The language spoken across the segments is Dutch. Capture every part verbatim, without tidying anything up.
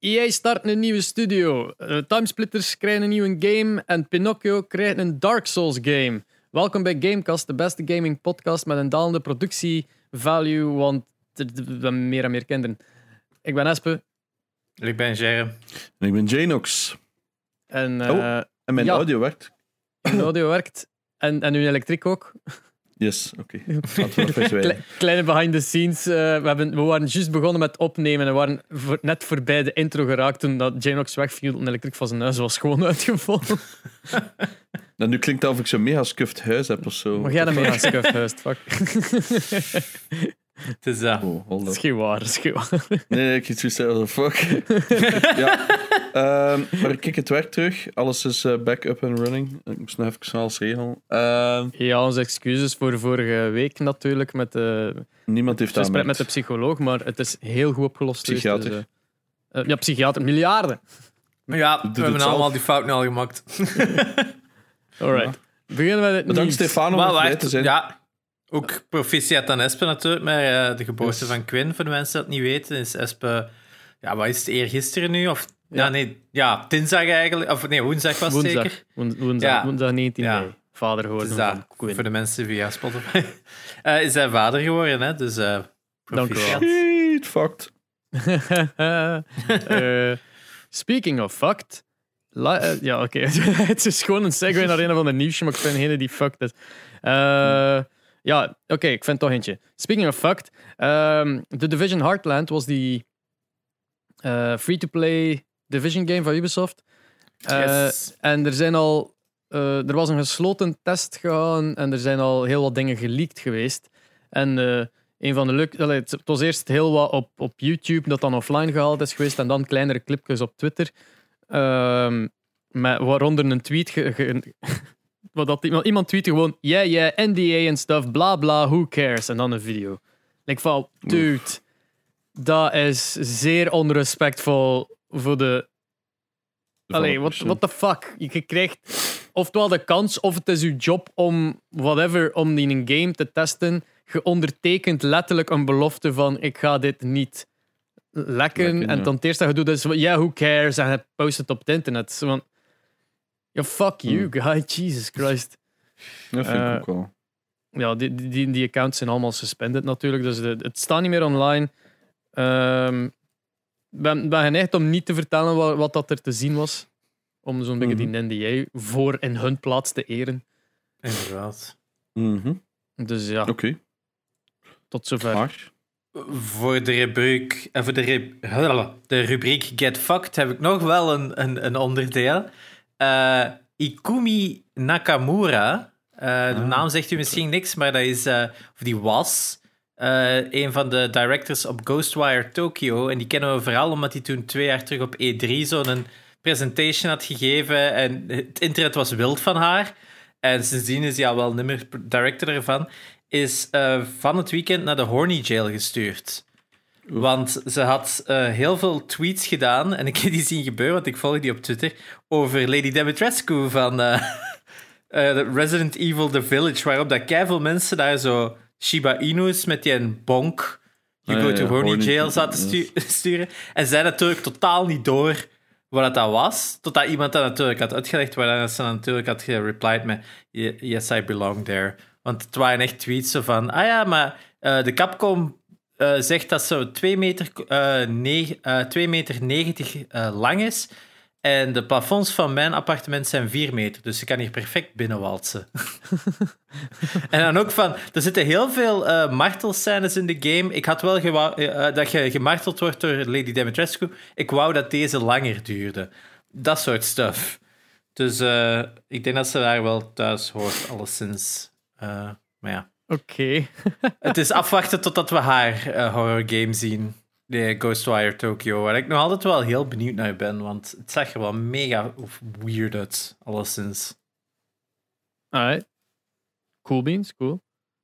E A start een nieuwe studio. Uh, Timesplitters krijgen een nieuwe game. En Pinocchio krijgt een Dark Souls game. Welkom bij Gamecast, de beste gaming podcast met een dalende productievalue, want er zijn meer en meer kinderen. Ik ben Espe. Ik ben Jerem. En ik ben Janox. En, uh, oh, en mijn ja, audio werkt. Mijn audio werkt. En, en uw elektriek ook. Yes, oké. Okay. Kle- kleine behind the scenes. Uh, we, hebben, we waren juist begonnen met opnemen en we waren voor, net voorbij de intro geraakt toen dat Janox wegviel en elektriek van zijn huis was gewoon uitgevallen. Nou, nu klinkt het alsof ik zo'n mega scuffed huis heb of zo. Maar jij een mega scuffed huis, fuck. Het is dat. Oh, dat is geen waar, dat is geen waar. Nee, nee, ik iets zo fuck. Ja. Um, maar kijk, het werkt terug. Alles is uh, back up and running. Ik moest nog even alles regelen. Um, ja, onze excuses voor vorige week natuurlijk. Met de, niemand heeft het dat met de psycholoog, maar het is heel goed opgelost. Psychiater. Dus, uh, uh, ja, psychiater. Miljarden. Ja, we hebben allemaal zelf. Die fout al gemaakt. Alright. Beginnen we het Bedankt Stefano om erbij te zijn. Ja, ook proficiat aan Espe natuurlijk, maar uh, de geboorte yes. van Quinn, voor de mensen die het niet weten, is Espe... Ja, wat is het, eergisteren nu? Of, ja. ja, nee, ja, dinsdag eigenlijk. Of nee, woensdag was het woensdag. zeker? Woensdag, woensdag, ja. woensdag negentien mei. Ja. Vader geworden van Quinn. Voor de mensen via Spotify. uh, is hij vader geworden, hè? Dus uh, proficiat. Shit, fucked. uh, speaking of fucked... La- uh, ja, oké. Okay. Het is gewoon een segue naar een van de nieuwsje, maar ik vind degene die fucked is. Uh, ja, oké, okay, ik vind toch eentje. Speaking of fucked, um, The Division Heartland was die uh, free-to-play Division game van Ubisoft. Uh, yes. En er zijn al... Uh, er was een gesloten test gegaan en er zijn al heel wat dingen geleakt geweest. En uh, een van de leuk... Allee, het was eerst heel wat op, op YouTube dat dan offline gehaald is geweest en dan kleinere clipjes op Twitter. Um, met, waaronder een tweet ge, ge, wat dat iemand, iemand tweette gewoon yeah, yeah, N D A en stuff, bla bla, who cares, en dan een video. Ik van, dude, dat is zeer onrespectvol voor de... Allee, what, what the fuck? Je krijgt oftewel de kans, of het is uw job om whatever, om in een game te testen. Je ondertekent letterlijk een belofte van ik ga dit niet lekken. Lekken en ja. Dan het eerste dat je doet is, ja, yeah, who cares? En je post het op het internet. Want, ja, fuck you, mm. guy. Jesus Christ. Dat vind ik uh, ook wel. Ja, die, die, die accounts zijn allemaal suspended natuurlijk. Dus de, het staat niet meer online. Um, ben, ben geneigd om niet te vertellen wat, wat dat er te zien was. Om zo'n beetje mm-hmm. die N D A voor in hun plaats te eren. Inderdaad. Mm-hmm. Dus ja. Oké. Okay. Tot zover. Maar. Voor de rubriek, voor de, ru- de rubriek Get Fucked heb ik nog wel een, een, een onderdeel. Uh, Ikumi Nakamura. Uh, de ah, naam zegt u misschien niks, maar dat is, uh, of die was uh, een van de directors op Ghostwire Tokyo. En die kennen we vooral omdat hij toen twee jaar terug op E drie zo'n presentation had gegeven. En het internet was wild van haar. En sindsdien is hij al wel niet meer director ervan. Is uh, van het weekend naar de Horny Jail gestuurd. Oef. Want ze had uh, heel veel tweets gedaan, en ik heb die zien gebeuren, want ik volg die op Twitter, over Lady Dimitrescu van uh, uh, Resident Evil The Village, waarop dat keiveel mensen daar zo Shiba Inu's met die een bonk You Go ah, ja, to Horny, Horny Jail zaten stu- sturen. En zij natuurlijk totaal niet door wat dat was, totdat iemand dat natuurlijk had uitgelegd, waar ze natuurlijk had gereplied met Yes, I belong there. Want het waren echt tweets zo van, ah ja, maar uh, de Capcom uh, zegt dat ze twee meter, uh, neg- uh, twee meter negentig uh, lang is. En de plafonds van mijn appartement zijn vier meter. Dus je kan hier perfect binnenwalsen. En dan ook van, er zitten heel veel uh, martelscènes in de game. Ik had wel gewa- uh, dat je gemarteld wordt door Lady Dimitrescu. Ik wou dat deze langer duurde. Dat soort stuff. Dus uh, ik denk dat ze daar wel thuis hoort, alleszins. Uh, maar ja. Oké. Okay. Het is afwachten totdat we haar uh, horror game zien. De Ghostwire Tokyo. Waar ik nog altijd wel heel benieuwd naar ben. Want het zag er wel mega weird uit. Alleszins. Alright. Cool beans, cool.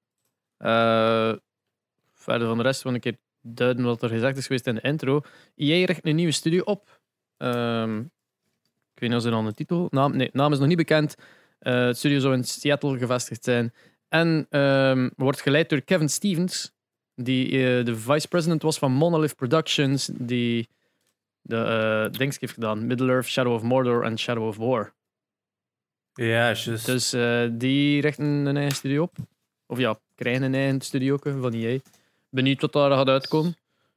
Uh, verder van de rest wil ik een keer duiden wat er gezegd is geweest in de intro. E A richt een nieuwe studio op. Um, ik weet niet of ze dan de titel... Naam, nee, naam is nog niet bekend. Uh, het studio zou in Seattle gevestigd zijn. En um, wordt geleid door Kevin Stevens, die uh, de vice-president was van Monolith Productions, die de uh, Dings heeft gedaan. Middle-earth, Shadow of Mordor en Shadow of War. Ja, juist. Dus uh, die richten een eigen studio op. Of ja, krijgen een eigen studio van E A. Benieuwd wat daar gaat uitkomen.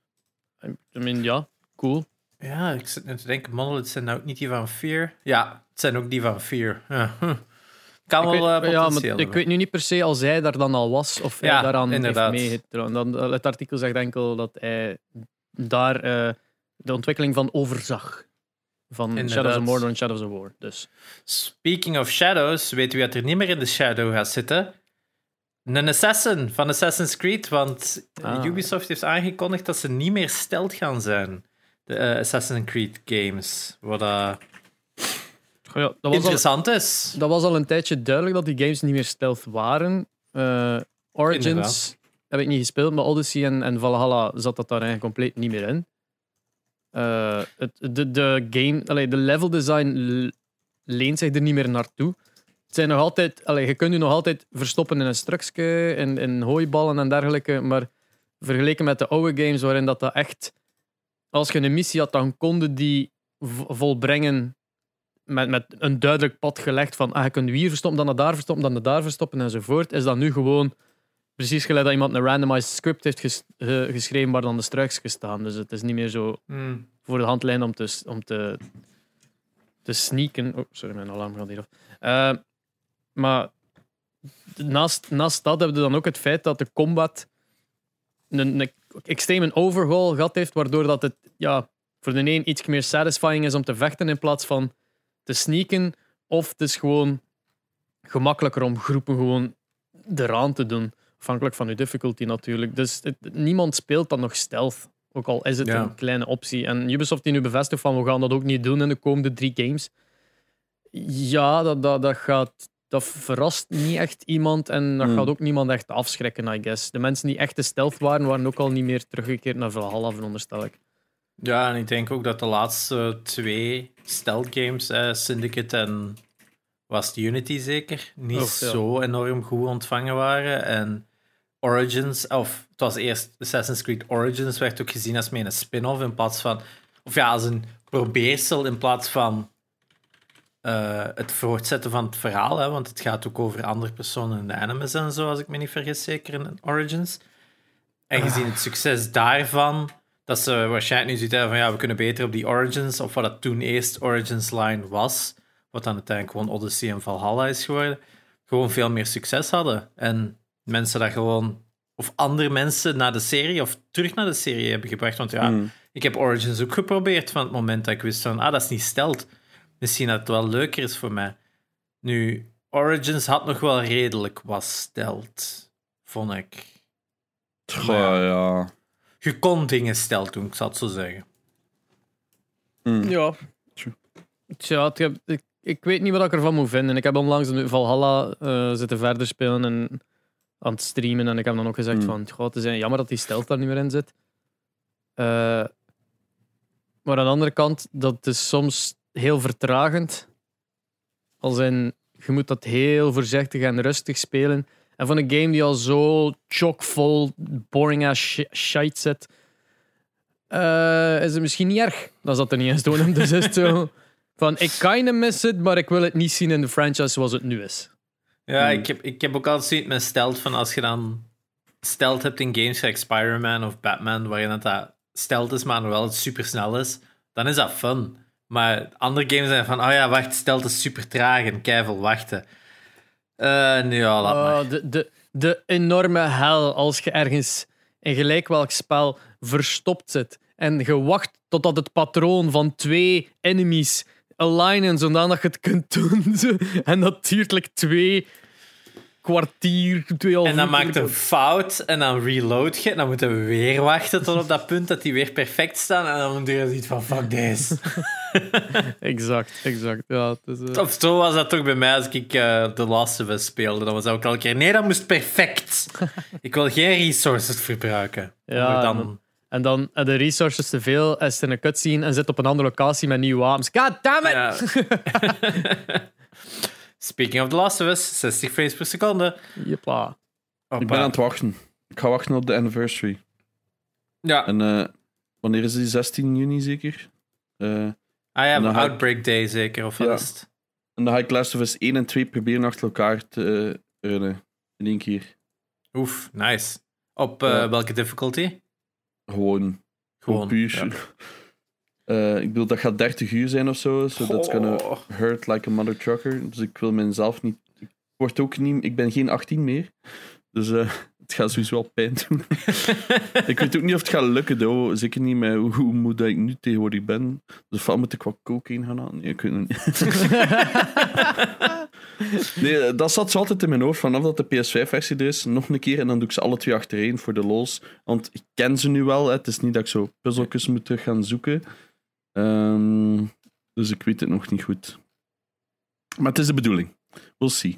I mean, ja, cool. Ja, ik zit nu te denken, Monolith zijn nou ook niet die van Fear. Ja, het zijn ook die van Fear. Ja. Hm. Kan ik wel weet, uh, ja, potentieel. maar ik weet nu niet per se als hij daar dan al was of Ja, hij daaraan inderdaad. heeft meegetrokken. Het artikel zegt enkel dat hij daar uh, de ontwikkeling van overzag. Van Inderdaad. Shadows of Mordor en Shadows of War. Dus. Speaking of Shadows, weten we dat er niet meer in de Shadow gaat zitten? Een assassin van Assassin's Creed, want Ah. Ubisoft heeft aangekondigd dat ze niet meer stealth gaan zijn. De uh, Assassin's Creed games. Wat uh, Oh ja, dat, was al, interessant is. dat was al een tijdje duidelijk dat die games niet meer stealth waren. Uh, Origins Inderdaad. heb ik niet gespeeld, maar Odyssey en, en Valhalla zat dat daar eigenlijk compleet niet meer in. Uh, het, de, de game, allee, de level design l- leent zich er niet meer naartoe. Het zijn nog altijd, allee, je kunt je nog altijd verstoppen in een strukje, in, in hooiballen en dergelijke, maar vergeleken met de oude games waarin dat, dat echt, als je een missie had, dan konden die v- volbrengen met, met een duidelijk pad gelegd van ah, je kunt hier verstoppen, dan naar daar verstoppen, dan naar daar verstoppen enzovoort, is dat nu gewoon precies gelijk dat iemand een randomized script heeft ges- uh, geschreven waar dan de struikjes staan. Dus het is niet meer zo Hmm. voor de hand lijn om te, om te, te sneaken. Oh, sorry, mijn alarm gaat hier af. Uh, maar naast, naast dat hebben we dan ook het feit dat de combat een, een extreme overhaul gehad heeft, waardoor dat het ja, voor de een iets meer satisfying is om te vechten in plaats van te sneaken. Of het is gewoon gemakkelijker om groepen gewoon eraan te doen. Afhankelijk van je difficulty natuurlijk. Dus het, niemand speelt dan nog stealth. Ook al is het Ja. een kleine optie. En Ubisoft die nu bevestigt van we gaan dat ook niet doen in de komende drie games. Ja, dat, dat, dat, gaat, dat verrast niet echt iemand. En dat Hmm. gaat ook niemand echt afschrikken, I guess. De mensen die echt de stealth waren, waren ook al niet meer teruggekeerd naar Valhalla, veronderstel ik. Ja, en ik denk ook dat de laatste twee stealth games, eh, Syndicate en was het Unity zeker, niet Oh, ja. zo enorm goed ontvangen waren. En Origins, of het was eerst Assassin's Creed Origins, werd ook gezien als meer een spin-off in plaats van, of ja, als een probeersel in plaats van uh, het voortzetten van het verhaal, hè, want het gaat ook over andere personen in de animes en zo, als ik me niet vergis, zeker in Origins. En gezien het succes daarvan, dat ze waarschijnlijk nu zoiets hebben van ja, we kunnen beter op die Origins, of wat dat toen eerst Origins line was, wat dan uiteindelijk gewoon Odyssey en Valhalla is geworden, gewoon veel meer succes hadden. En mensen dat gewoon, of andere mensen naar de serie, of terug naar de serie hebben gebracht. Want ja, Mm. ik heb Origins ook geprobeerd van het moment dat ik wist van, ah, dat is niet stealth. Misschien dat het wel leuker is voor mij. Nu, Origins had nog wel redelijk wat stealth, vond ik. Goh, Maar ja. Je kon dingen stealth doen, ik zal het zo zeggen. Mm. Ja. Tja, het, heb- ik, ik weet niet wat ik ervan moet vinden. Ik heb onlangs een Valhalla eh, zitten verder spelen en aan het streamen. En ik heb dan ook gezegd Mm. van, goh, het is jammer dat die stealth daar niet meer in zit. Eh, maar aan de andere kant, dat is soms heel vertragend. Als in, je moet dat heel voorzichtig en rustig spelen. En van een game die al zo chockvol boring ass shi- shite zit, eh, is het misschien niet erg dat ze dat er niet eens doen. Dus is het zo van, ik kinda miss it, maar ik wil het niet zien in de franchise zoals het nu is. Ja, Hmm. ik, heb, ik heb ook altijd zoiets met stealth van als je dan stealth hebt in games zoals Spider-Man of Batman, waarin het dat stealth is, maar nog wel het super snel is, dan is dat fun. Maar andere games zijn van, oh ja, wacht, stealth is super traag en keiveel wachten. Eh nu ja, laat maar. Oh, de, de, de enorme hel als je ergens in gelijk welk spel verstopt zit en je wacht totdat het patroon van twee enemies alignen zodat je het kunt doen. Zo. En dat duurt like twee kwartier, twee En dan maakt een fout en dan reload je en dan moeten we weer wachten tot op dat punt dat die weer perfect staan en dan doe je zoiets van, fuck this. Exact, exact. Ja, het is, eh, Of zo was dat toch bij mij als ik uh, The Last of Us speelde. Dan was dat ook elke keer, nee, dat moest perfect. Ik wil geen resources verbruiken. Ja, Maar en dan... En dan heb de resources te veel, is er een cutscene en zit op een andere locatie met nieuwe wapens. God damn it! Ja. Speaking of The Last of Us, zestig frames per seconde. Jepla. Ik ben aan het wachten. Ik ga wachten op de anniversary. Ja, En eh, wanneer is die? zestien juni zeker? Uh, Ah ja, dan Outbreak ik... Day zeker, of wat ja. is het? En dan ga ik Last of Us één en twee proberen achter elkaar te uh, runnen. In één keer. Oef, nice. Op uh, ja. welke difficulty? Gewoon. Gewoon puur. Ja. Uh, ik bedoel, dat gaat dertig uur zijn of zo. So oh. That's gonna hurt like a mother trucker. Dus ik wil mezelf niet... Ik, word ook niet... ik ben geen achttien meer. Dus uh, het gaat sowieso wel pijn doen. Ik weet ook niet of het gaat lukken, though. Zeker niet met hoe, hoe moe dat ik nu tegenwoordig ben. Dus van moet ik wat cocaïne gaan halen? Nee, ik weet het niet. Nee, dat zat zo altijd in mijn hoofd. Vanaf dat de P S vijf versie er is, nog een keer. En dan doe ik ze alle twee achtereen voor de lols. Want ik ken ze nu wel. Hè. Het is niet dat ik zo puzzeltjes moet terug gaan zoeken. Um, dus ik weet het nog niet goed. Maar het is de bedoeling. We'll see.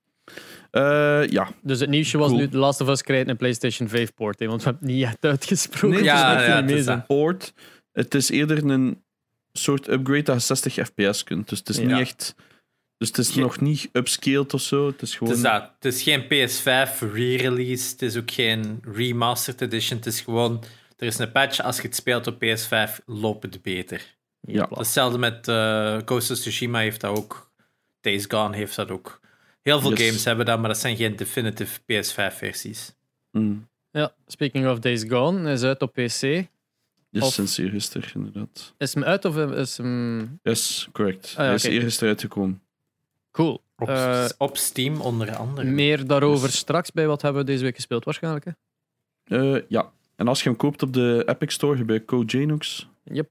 Uh, ja. Dus het nieuwsje was cool. Nu The Last of Us krijgt een PlayStation vijf port, hè, want we hebben het niet echt uitgesproken. Nee, ja, het is, ja, het is een port. Het is eerder een soort upgrade dat je zestig F P S kunt. Dus het is ja. niet echt... Dus het is Ge- nog niet upscaled of zo. Het is gewoon... Het is, dat. Het is geen P S vijf re-release. Het is ook geen remastered edition. Het is gewoon... Er is een patch. Als je het speelt op P S vijf, loopt het beter. Ja. Hetzelfde met uh, Ghost of Tsushima heeft dat ook. Days Gone heeft dat ook. Heel veel yes. games hebben dat, maar dat zijn geen definitive P S vijf versies. Mm. Ja, speaking of Days Gone, is uit op P C. Yes, of... sinds eergisteren, inderdaad. Is hem uit of is hem... Yes, correct. Ah, ja, Hij is okay. eergisteren uitgekomen. Cool. Op, uh, op Steam, onder andere. Meer daarover yes. straks bij wat hebben we deze week gespeeld, waarschijnlijk. Hè? Uh, ja. En als je hem koopt op de Epic Store bij Code Janox. Yep.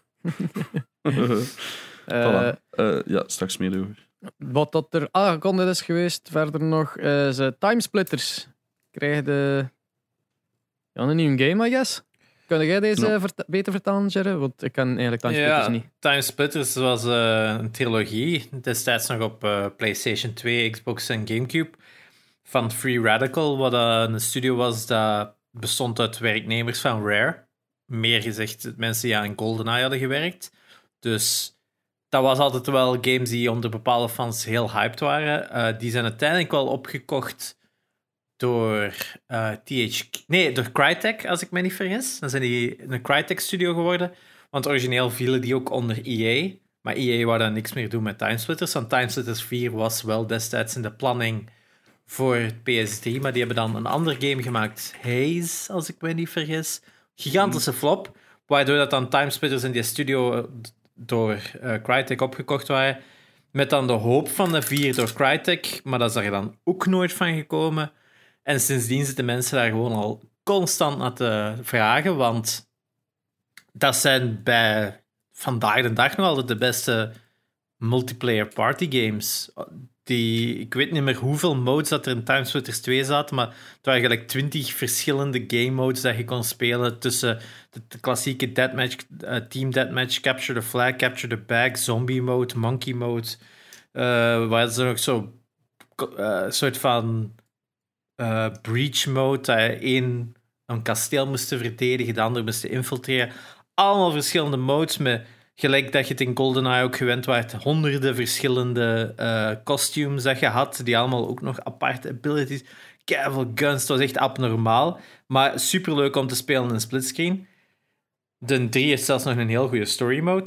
uh, voilà. uh, ja, straks meer over. Wat dat er aangekondigd is geweest, verder nog, is uh, Timesplitters. Krijg je ja, een nieuwe game, I guess. Kun jij deze no. vert- beter vertalen, Jerry? Want ik ken eigenlijk Timesplitters ja, niet. Timesplitters was uh, een trilogie, destijds nog op uh, PlayStation twee, Xbox en Gamecube, van Free Radical, wat uh, een studio was dat bestond uit werknemers van Rare. Meer gezegd, mensen die aan GoldenEye hadden gewerkt. Dus dat was altijd wel games die onder bepaalde fans heel hyped waren. Uh, die zijn uiteindelijk wel opgekocht door uh, T H Q... Nee, door Crytek, als ik me niet vergis. Dan zijn die een Crytek-studio geworden. Want origineel vielen die ook onder E A. Maar E A wou dan niks meer doen met Timesplitters. Want Timesplitters vier was wel destijds in de planning voor P S drie. Maar die hebben dan een ander game gemaakt. Haze, als ik me niet vergis. Gigantische flop. Waardoor dat dan Timesplitters in die studio door uh, Crytek opgekocht waren. Met dan de hoop van de vier door Crytek. Maar dat is er dan ook nooit van gekomen. En sindsdien zitten mensen daar gewoon al constant naar te vragen. Want dat zijn bij vandaag de dag nog altijd de beste multiplayer party games. Die, ik weet niet meer hoeveel modes dat er in Timesplitters twee zaten, maar het waren gelijk twintig verschillende game modes dat je kon spelen tussen de, de klassieke deathmatch, uh, team deathmatch, capture the flag, capture the bag, zombie mode, monkey mode. Uh, waar ze nog zo uh, een soort van uh, breach mode, dat je één een kasteel moest verdedigen, de andere moest infiltreren. Allemaal verschillende modes met... Gelijk dat je het in GoldenEye ook gewend werd, honderden verschillende uh, costumes dat je had, die allemaal ook nog aparte abilities, keiveel guns, het was echt abnormaal. Maar superleuk om te spelen in splitscreen. De drie heeft zelfs nog een heel goede story mode.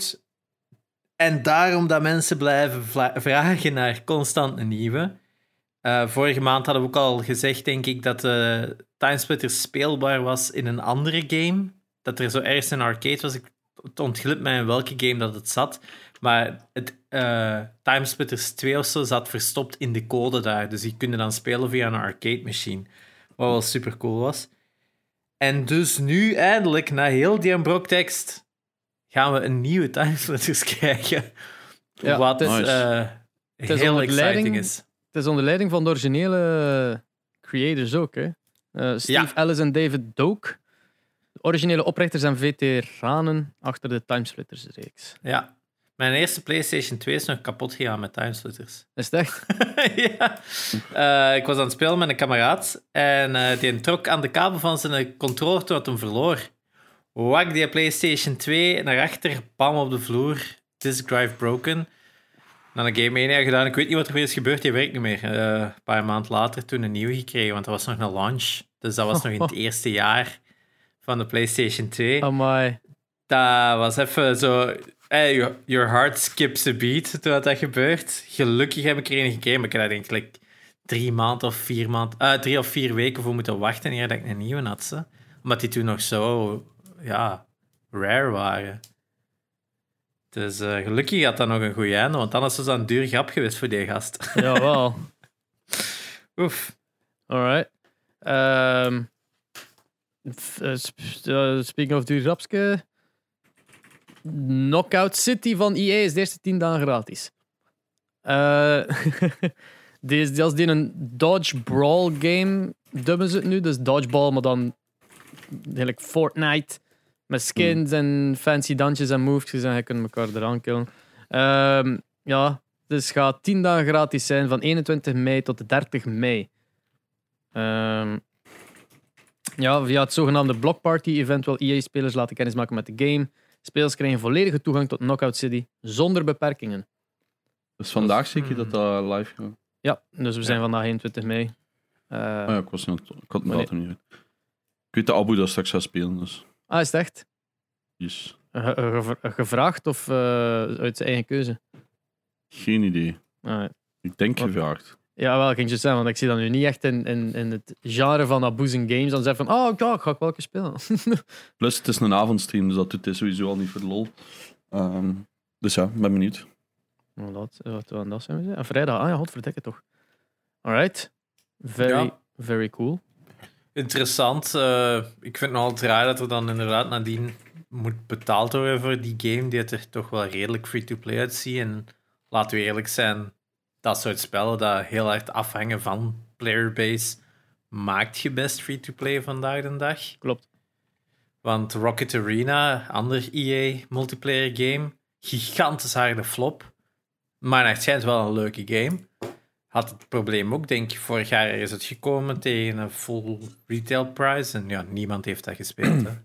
En daarom dat mensen blijven vla- vragen naar constant een nieuwe. Uh, vorige maand hadden we ook al gezegd, denk ik, dat uh, Timesplitters speelbaar was in een andere game. Dat er zo ergens een arcade was. Ik Het ontglipt mij in welke game dat het zat. Maar het uh, Timesplitters twee of zo zat verstopt in de code daar. Dus die kunnen dan spelen via een arcade machine. Wat wel super cool was. En dus nu eindelijk, na heel die broktekst, gaan we een nieuwe Timesplitters krijgen. Ja, wat het is, uh, het is heel exciting leiding, is. Het is onder leiding van de originele creators ook. Hè? Uh, Steve Ja. Ellis en David Doak. De originele oprichters en veteranen achter de Timesplitters-reeks. Ja. Mijn eerste PlayStation twee is nog kapot gegaan met Timesplitters. Is het echt? Ja. Uh, ik was aan het spelen met een kameraad en uh, die trok aan de kabel van zijn controller toen hij hem verloor. Wak die PlayStation twee naar achter, bam op de vloer, disk drive broken. Dan een Game Mania gedaan. Ik weet niet wat er weer is gebeurd, die werkt niet meer. Uh, een paar maanden later toen een nieuwe gekregen, want dat was nog een launch. Dus dat was nog in het eerste jaar van de PlayStation twee. Amai. Dat was even zo... Hey, your, your heart skips a beat toen dat gebeurt. Gelukkig heb ik er een gekregen, maar ik heb daar denk ik like, drie maanden of vier maanden, uh, drie of vier weken voor moeten wachten eer dat ik een nieuwe had. Ze. Omdat die toen nog zo, ja, rare waren. Dus uh, gelukkig had dat nog een goeie einde, want anders was dat een duur grap geweest voor die gast. Jawel. Oef. Alright. Um, f- uh, sp- uh, speaking of duur grapske. Knockout City van E A is de eerste tien dagen gratis. Uh, deze, dat is die een Dodge Brawl game, dubben ze het nu. Dus Dodgeball, maar dan eigenlijk Fortnite. Met skins mm. en fancy dansjes en moves. En je kunt elkaar eraan killen. Um, ja, dus het gaat tien dagen gratis zijn van eenentwintig mei tot dertig mei. Um, ja, via het zogenaamde Block Party event wil E A-spelers laten kennismaken met de game. Spelers krijgen volledige toegang tot Knockout City zonder beperkingen. Dus vandaag zie je dat dat live gaat? Ja, dus we zijn ja. vandaag eenentwintig mei. Uh, oh ja, ik was niet, ik had het datum niet uit. Ik weet dat Abu dat straks gaat spelen, dus... Ah, is het echt? Yes. Ge- ge- gevraagd of uh, uit zijn eigen keuze? Geen idee. Ah, ik denk wat? Gevraagd. Ja, wel, ik ging je zeggen, want ik zie dat nu niet echt in, in, in het genre van Abu's en Games. Dan zeg van, oh ja, ga ik wel een keer spelen. Plus, het is een avondstream, dus dat doet hij sowieso al niet voor de lol. Um, dus ja, ben benieuwd. Oh, dat, wat wat dat zijn we? En vrijdag, ah ja, godverdikke toch. Alright. Very, ja. very cool. Interessant. Uh, ik vind het nog altijd raar dat er dan inderdaad nadien moet betaald worden voor die game, die het er toch wel redelijk free-to-play uitziet. En laten we eerlijk zijn, dat soort spellen dat heel hard afhangen van playerbase, maakt je best free-to-play vandaag de dag. Klopt. Want Rocket Arena, ander E A multiplayer game, gigantisch harde flop. Maar het schijnt wel een leuke game. Had het probleem ook, denk ik, vorig jaar is het gekomen tegen een full retail price. En ja, niemand heeft dat gespeeld. Hè.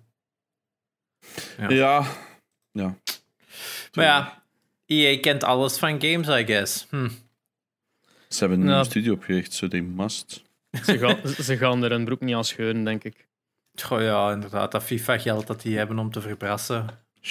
Ja. ja. ja. Maar ja, E A kent alles van games, I guess. Hm. Ze hebben een nou, nieuwe studio opgericht, so they must. Ze gaan, ze gaan er hun broek niet aan scheuren, denk ik. Goh ja, inderdaad. Dat FIFA-geld dat die hebben om te verbrassen.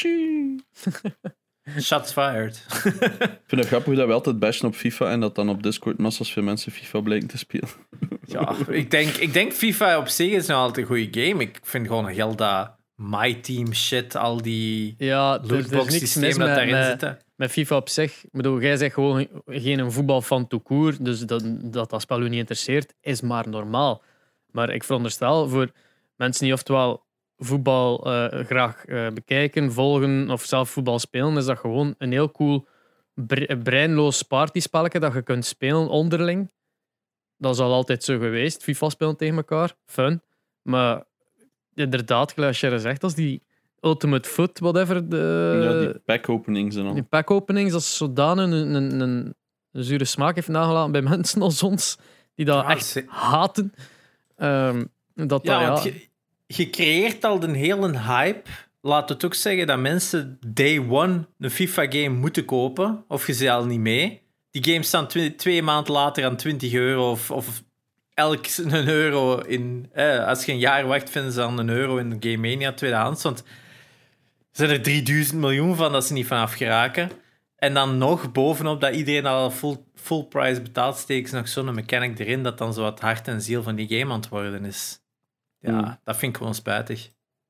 Shots fired. Ik vind het grappig dat we altijd bashen op FIFA en dat dan op Discord massas veel mensen FIFA blijken te spelen. Ja, ik denk, ik denk FIFA op zich is nog altijd een goede game. Ik vind gewoon heel dat My Team shit, al die ja, lootbox systemen dat daarin met, zitten. Met FIFA op zich, ik bedoel, jij zegt gewoon geen een voetbalfan tout court, dus dat, dat dat spel u niet interesseert, is maar normaal. Maar ik veronderstel voor mensen die oftewel voetbal uh, graag uh, bekijken, volgen of zelf voetbal spelen, is dat gewoon een heel cool bre- breinloos partyspelletje dat je kunt spelen onderling. Dat is al altijd zo geweest. FIFA spelen tegen elkaar, fun. Maar inderdaad, als je zegt, als die Ultimate Foot, whatever. De, ja, die pack-openings en al. Die pack-openings, dat is zodanig een, een, een, een zure smaak heeft nagelaten bij mensen als ons, die dat Ja, echt ze- haten. Ehm, dat Ja, dat, want ja, je, je creëert al een hele hype. Laat het ook zeggen dat mensen day one een FIFA-game moeten kopen, of je ze al niet mee. Die games staan tw- twee maanden later aan twintig euro, of, of elk een euro in... Eh, als je een jaar wacht, vinden ze dan een euro in Game Mania tweedehands, want er zijn er drieduizend miljoen van dat ze niet vanaf geraken. En dan nog bovenop dat iedereen al full, full price betaalt, steken ze nog zo'n mechanic erin dat dan zo wat hart en ziel van die game aan het worden is. Ja, Mm. dat vind ik gewoon spijtig.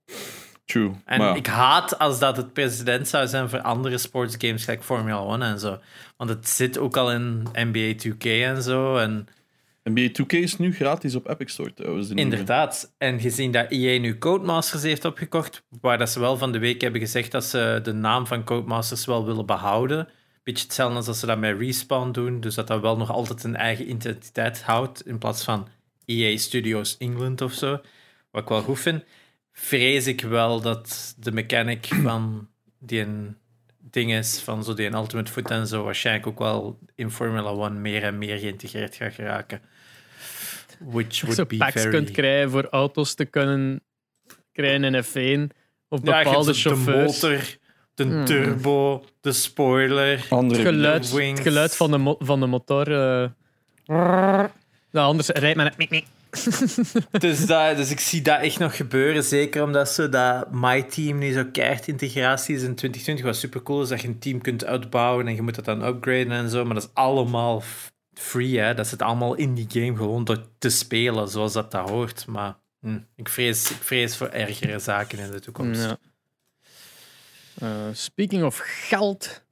True. En Maar ja, ik haat als dat het president zou zijn voor andere sportsgames, gelijk Formula één en zo. Want het zit ook al in N B A two K en zo. En N B A two K is nu gratis op Epic Store trouwens. de nieuwe. inderdaad. En gezien dat E A nu Codemasters heeft opgekocht, waar dat ze wel van de week hebben gezegd dat ze de naam van Codemasters wel willen behouden. Beetje hetzelfde als dat ze dat met Respawn doen. Dus dat dat wel nog altijd een eigen identiteit houdt, in plaats van E A Studios England of zo. Wat ik wel goed vind. Vrees ik wel dat de mechanic van die een ding is, van zo die een Ultimate Foot en zo, waarschijnlijk ook wel in Formula één meer en meer geïntegreerd gaat geraken. Which zo would be packs very... kunt krijgen voor auto's te kunnen krijgen in F één. Of Ja, je hebt bepaalde de chauffeurs. motor, de Hmm. turbo, de spoiler. Het Andere geluid, wings. het geluid van de, mo- van de motor. eh, Nou, anders rijdt men het... dus, dat, dus ik zie dat echt nog gebeuren. Zeker omdat zo dat My Team nu zo keihard integratie is in twintig twintig. Wat super cool is, dat je een team kunt uitbouwen en je moet dat dan upgraden en zo. Maar dat is allemaal free, hè. Dat zit allemaal in die game gewoon door te spelen, zoals dat dat hoort. Maar hm, ik, vrees, ik vrees voor ergere zaken in de toekomst. Ja. Uh, speaking of geld...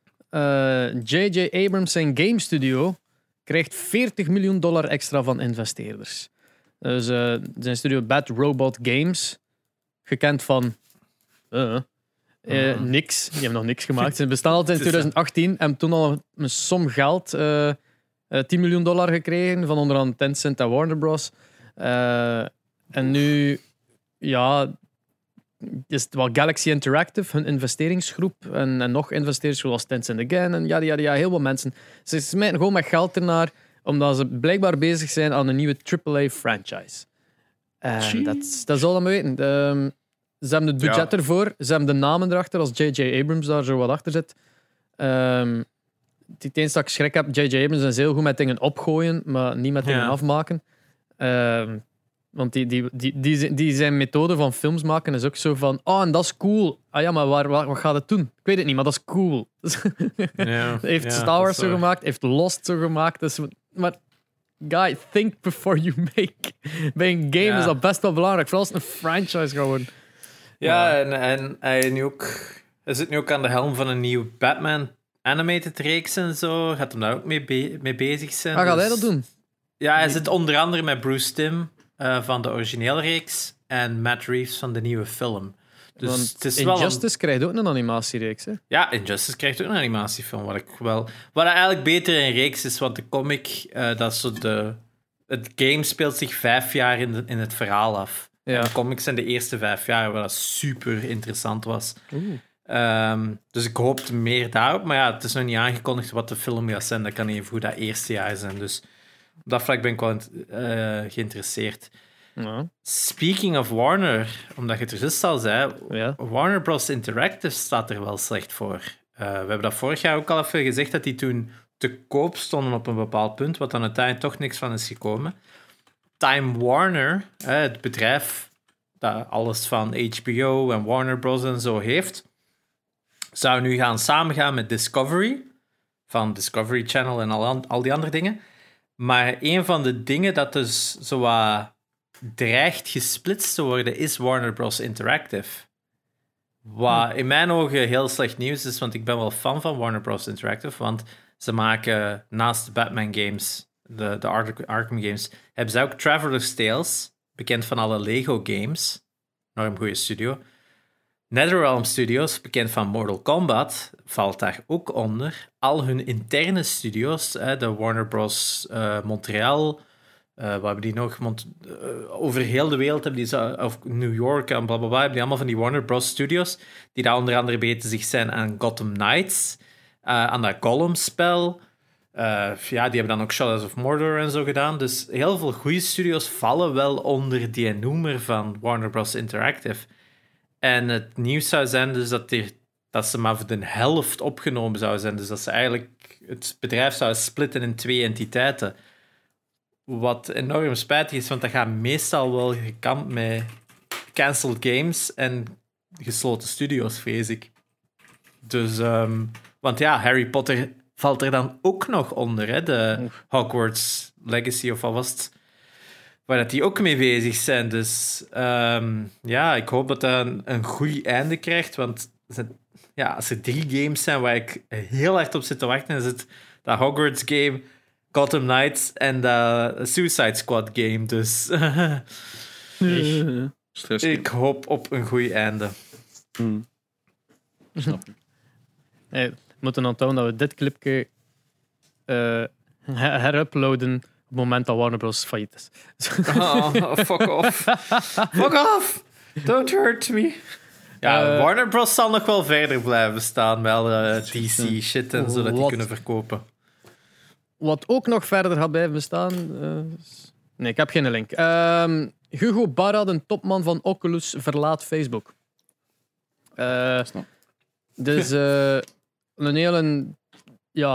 J J Uh, Abrams zijn game studio krijgt veertig miljoen dollar extra van investeerders. Dus uh, zijn studio Bad Robot Games, gekend van uh, uh, niks, die hebben nog niks gemaakt. Ze bestaan al in twintig achttien en toen al een som geld, uh, uh, tien miljoen dollar gekregen van onder andere Tencent en Warner Bros. Uh, en nu, ja, is het wel Galaxy Interactive, hun investeringsgroep, en, en nog investeerders zoals Tencent Again en ja, ja, ja, heel veel mensen. Ze smijten gewoon met geld ernaar, omdat ze blijkbaar bezig zijn aan een nieuwe triple A franchise. En dat, dat zal dan maar weten. De, ze hebben het budget ja. ervoor, ze hebben de namen erachter, als J J Abrams daar zo wat achter zit. Um, het eens dat ik schrik heb, J J Abrams is heel goed met dingen opgooien, maar niet met dingen ja. afmaken. Um, Want die, die, die, die, die zijn methode van films maken is ook zo van... Oh, en dat is cool. Ah ja, maar waar, waar, wat gaat het doen? Ik weet het niet, maar dat is cool. Ja, heeft ja, Star Wars zo gemaakt, heeft Lost zo gemaakt. Dus, maar, guy, think before you make. Bij een game ja. is dat best wel belangrijk. Vooral als een franchise gewoon. Ja, ja. en, en hij, nu ook, hij zit nu ook aan de helm van een nieuwe Batman animated reeks en zo. Gaat hem daar ook mee, be- mee bezig zijn. Ah, gaat dus... hij dat doen? Ja, hij zit onder andere met Bruce Timm. Uh, van de originele reeks en Matt Reeves van de nieuwe film. Dus Want het is Injustice wel een... krijgt ook een animatiereeks, hè? Ja, Injustice krijgt ook een animatiefilm. Wat ik wel... Wat eigenlijk beter in reeks is, want de comic, uh, dat is zo de... Het game speelt zich vijf jaar in, de, in het verhaal af. Ja. En de comics zijn de eerste vijf jaar, wat super interessant was. Um, dus ik hoopte meer daarop. Maar ja, het is nog niet aangekondigd wat de film gaat zijn. Dat kan even goed dat eerste jaar zijn. Dus... Op dat vlak ben ik wel uh, geïnteresseerd. Ja. Speaking of Warner, omdat je het er juist al zei, ja. Warner Bros. Interactive staat er wel slecht voor. Uh, we hebben dat vorig jaar ook al even gezegd, dat die toen te koop stonden op een bepaald punt, wat dan uiteindelijk toch niks van is gekomen. Time Warner, uh, het bedrijf dat alles van H B O en Warner Bros. En zo heeft, zou nu gaan samengaan met Discovery, van Discovery Channel en al, al die andere dingen. Maar een van de dingen dat dus zo wat dreigt gesplitst te worden, is Warner Bros. Interactive. Wat in mijn ogen heel slecht nieuws is, want ik ben wel fan van Warner Bros. Interactive, want ze maken naast de Batman games, de, de Arkham games, hebben ze ook Traveler's Tales, bekend van alle Lego games. Nog een goede studio. NetherRealm Studios, bekend van Mortal Kombat, valt daar ook onder. Al hun interne studios, de Warner Bros. Uh, Montreal, uh, wat hebben die nog? Mont- uh, over heel de wereld hebben die zo, of New York en blablabla, hebben die allemaal van die Warner Bros. Studios, die daar onder andere bezig zijn aan Gotham Knights, uh, aan dat Gollum-spel. Uh, ja, die hebben dan ook Shadows of Mordor en zo gedaan. Dus heel veel goede studios vallen wel onder die noemer van Warner Bros. Interactive. En het nieuws zou zijn dus dat, die, dat ze maar voor de helft opgenomen zouden zijn. Dus dat ze eigenlijk het bedrijf zouden splitten in twee entiteiten. Wat enorm spijtig is, want dat gaat meestal wel gekant met cancelled games en gesloten studio's, vrees ik. Dus, um, want ja, Harry Potter valt er dan ook nog onder, hè? De Hogwarts Legacy of wat was het? Waar dat die ook mee bezig zijn. Dus um, ja, ik hoop dat dat een, een goed einde krijgt. Want ja, als er drie games zijn waar ik heel hard op zit te wachten, is het dat Hogwarts game, Gotham Knights en de Suicide Squad game. Dus ik, ik hoop op een goed einde. Hmm. Snap ik. Hey, we moeten onthouden dat we dit clipje uh, heruploaden op het moment dat Warner Bros. Failliet is. Oh, fuck off. Fuck off. Don't hurt me. Ja, uh, Warner Bros. Zal nog wel verder blijven staan met alle D C shit en zo dat die kunnen verkopen. Wat ook nog verder gaat blijven bestaan... Uh, nee, ik heb geen link. Uh, Hugo Barra, een topman van Oculus, verlaat Facebook. Uh, dus uh, een hele... Ja,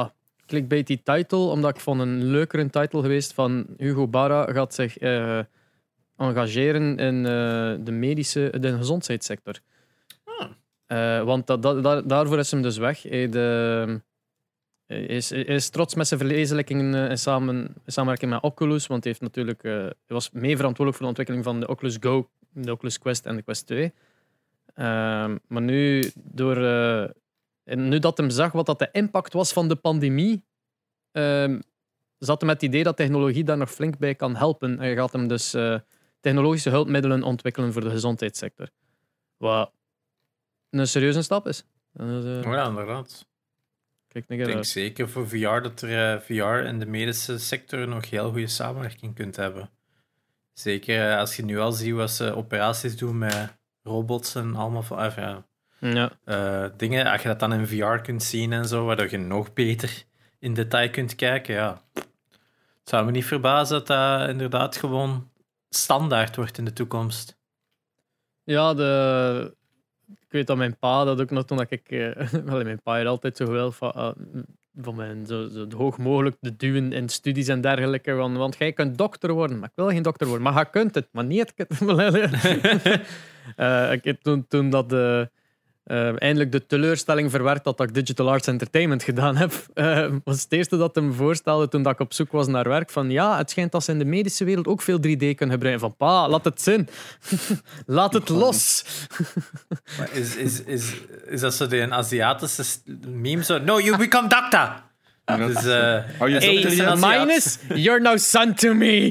clickbaity title, omdat ik vond een leukere title geweest van Hugo Barra gaat zich uh, engageren in uh, de medische, de gezondheidssector. Ah. Uh, want dat, dat, dat, daarvoor is hem dus weg. Hij, de, hij, is, hij is trots met zijn verwezenlijkingen uh, in, samen, in samenwerking met Oculus, want hij, heeft natuurlijk, uh, hij was mee verantwoordelijk voor de ontwikkeling van de Oculus Go, de Oculus Quest en de Quest twee. Uh, maar nu, door, uh, nu dat hem zag wat dat de impact was van de pandemie, uh, zat hij met het idee dat technologie daar nog flink bij kan helpen. Hij gaat hem dus uh, technologische hulpmiddelen ontwikkelen voor de gezondheidssector. Wat een serieuze stap is. Dus, uh, oh ja, inderdaad. Kijk, ik denk uit. Zeker voor V R dat er uh, V R in de medische sector nog heel goede samenwerking kunt hebben. Zeker uh, als je nu al ziet wat ze operaties doen met robots en allemaal van... Uh, ja, ja. uh, dingen, als je dat dan in V R kunt zien en zo, waardoor je nog beter in detail kunt kijken, ja. Het zou me niet verbazen dat dat inderdaad gewoon standaard wordt in de toekomst. Ja, de... ik weet dat mijn pa dat ook nog toen ik... Uh, wel, mijn pa had altijd zo geweld van... Uh, van mijn, zo, zo hoog mogelijk te duwen in studies en dergelijke. Want, want jij kunt dokter worden. Maar ik wil geen dokter worden. Maar je kunt het. Maar niet het. uh, ik, toen, toen dat de, uh, eindelijk de teleurstelling verwerkt dat ik Digital Arts Entertainment gedaan heb, uh, was het eerste dat hij me voorstelde toen dat ik op zoek was naar werk. Van ja, het schijnt dat ze in de medische wereld ook veel drie D kunnen gebruiken. Van pa, laat het zin. Laat het los. Maar is, is, is, is dat zo de een Aziatische meme? Zo, no, you become doctor. Dus, uh, oh, je hey, minus, you're now son to me.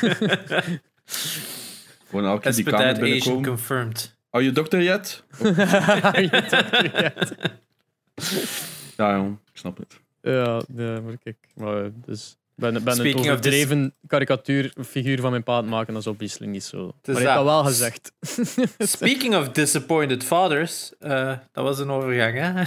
Gewoon elke keer die kamer binnenkomen. Confirmed. Are you doctor yet? Are you doctor yet? Ja, jong, ik snap het. Ja, ja maar kijk. Maar, dus, ben, ben een overdreven this... karikatuurfiguur van mijn pa aan het maken, dat is obviously niet zo. Dus maar ik heb dat wel gezegd. Speaking of disappointed fathers, uh, dat was een overgang, hè?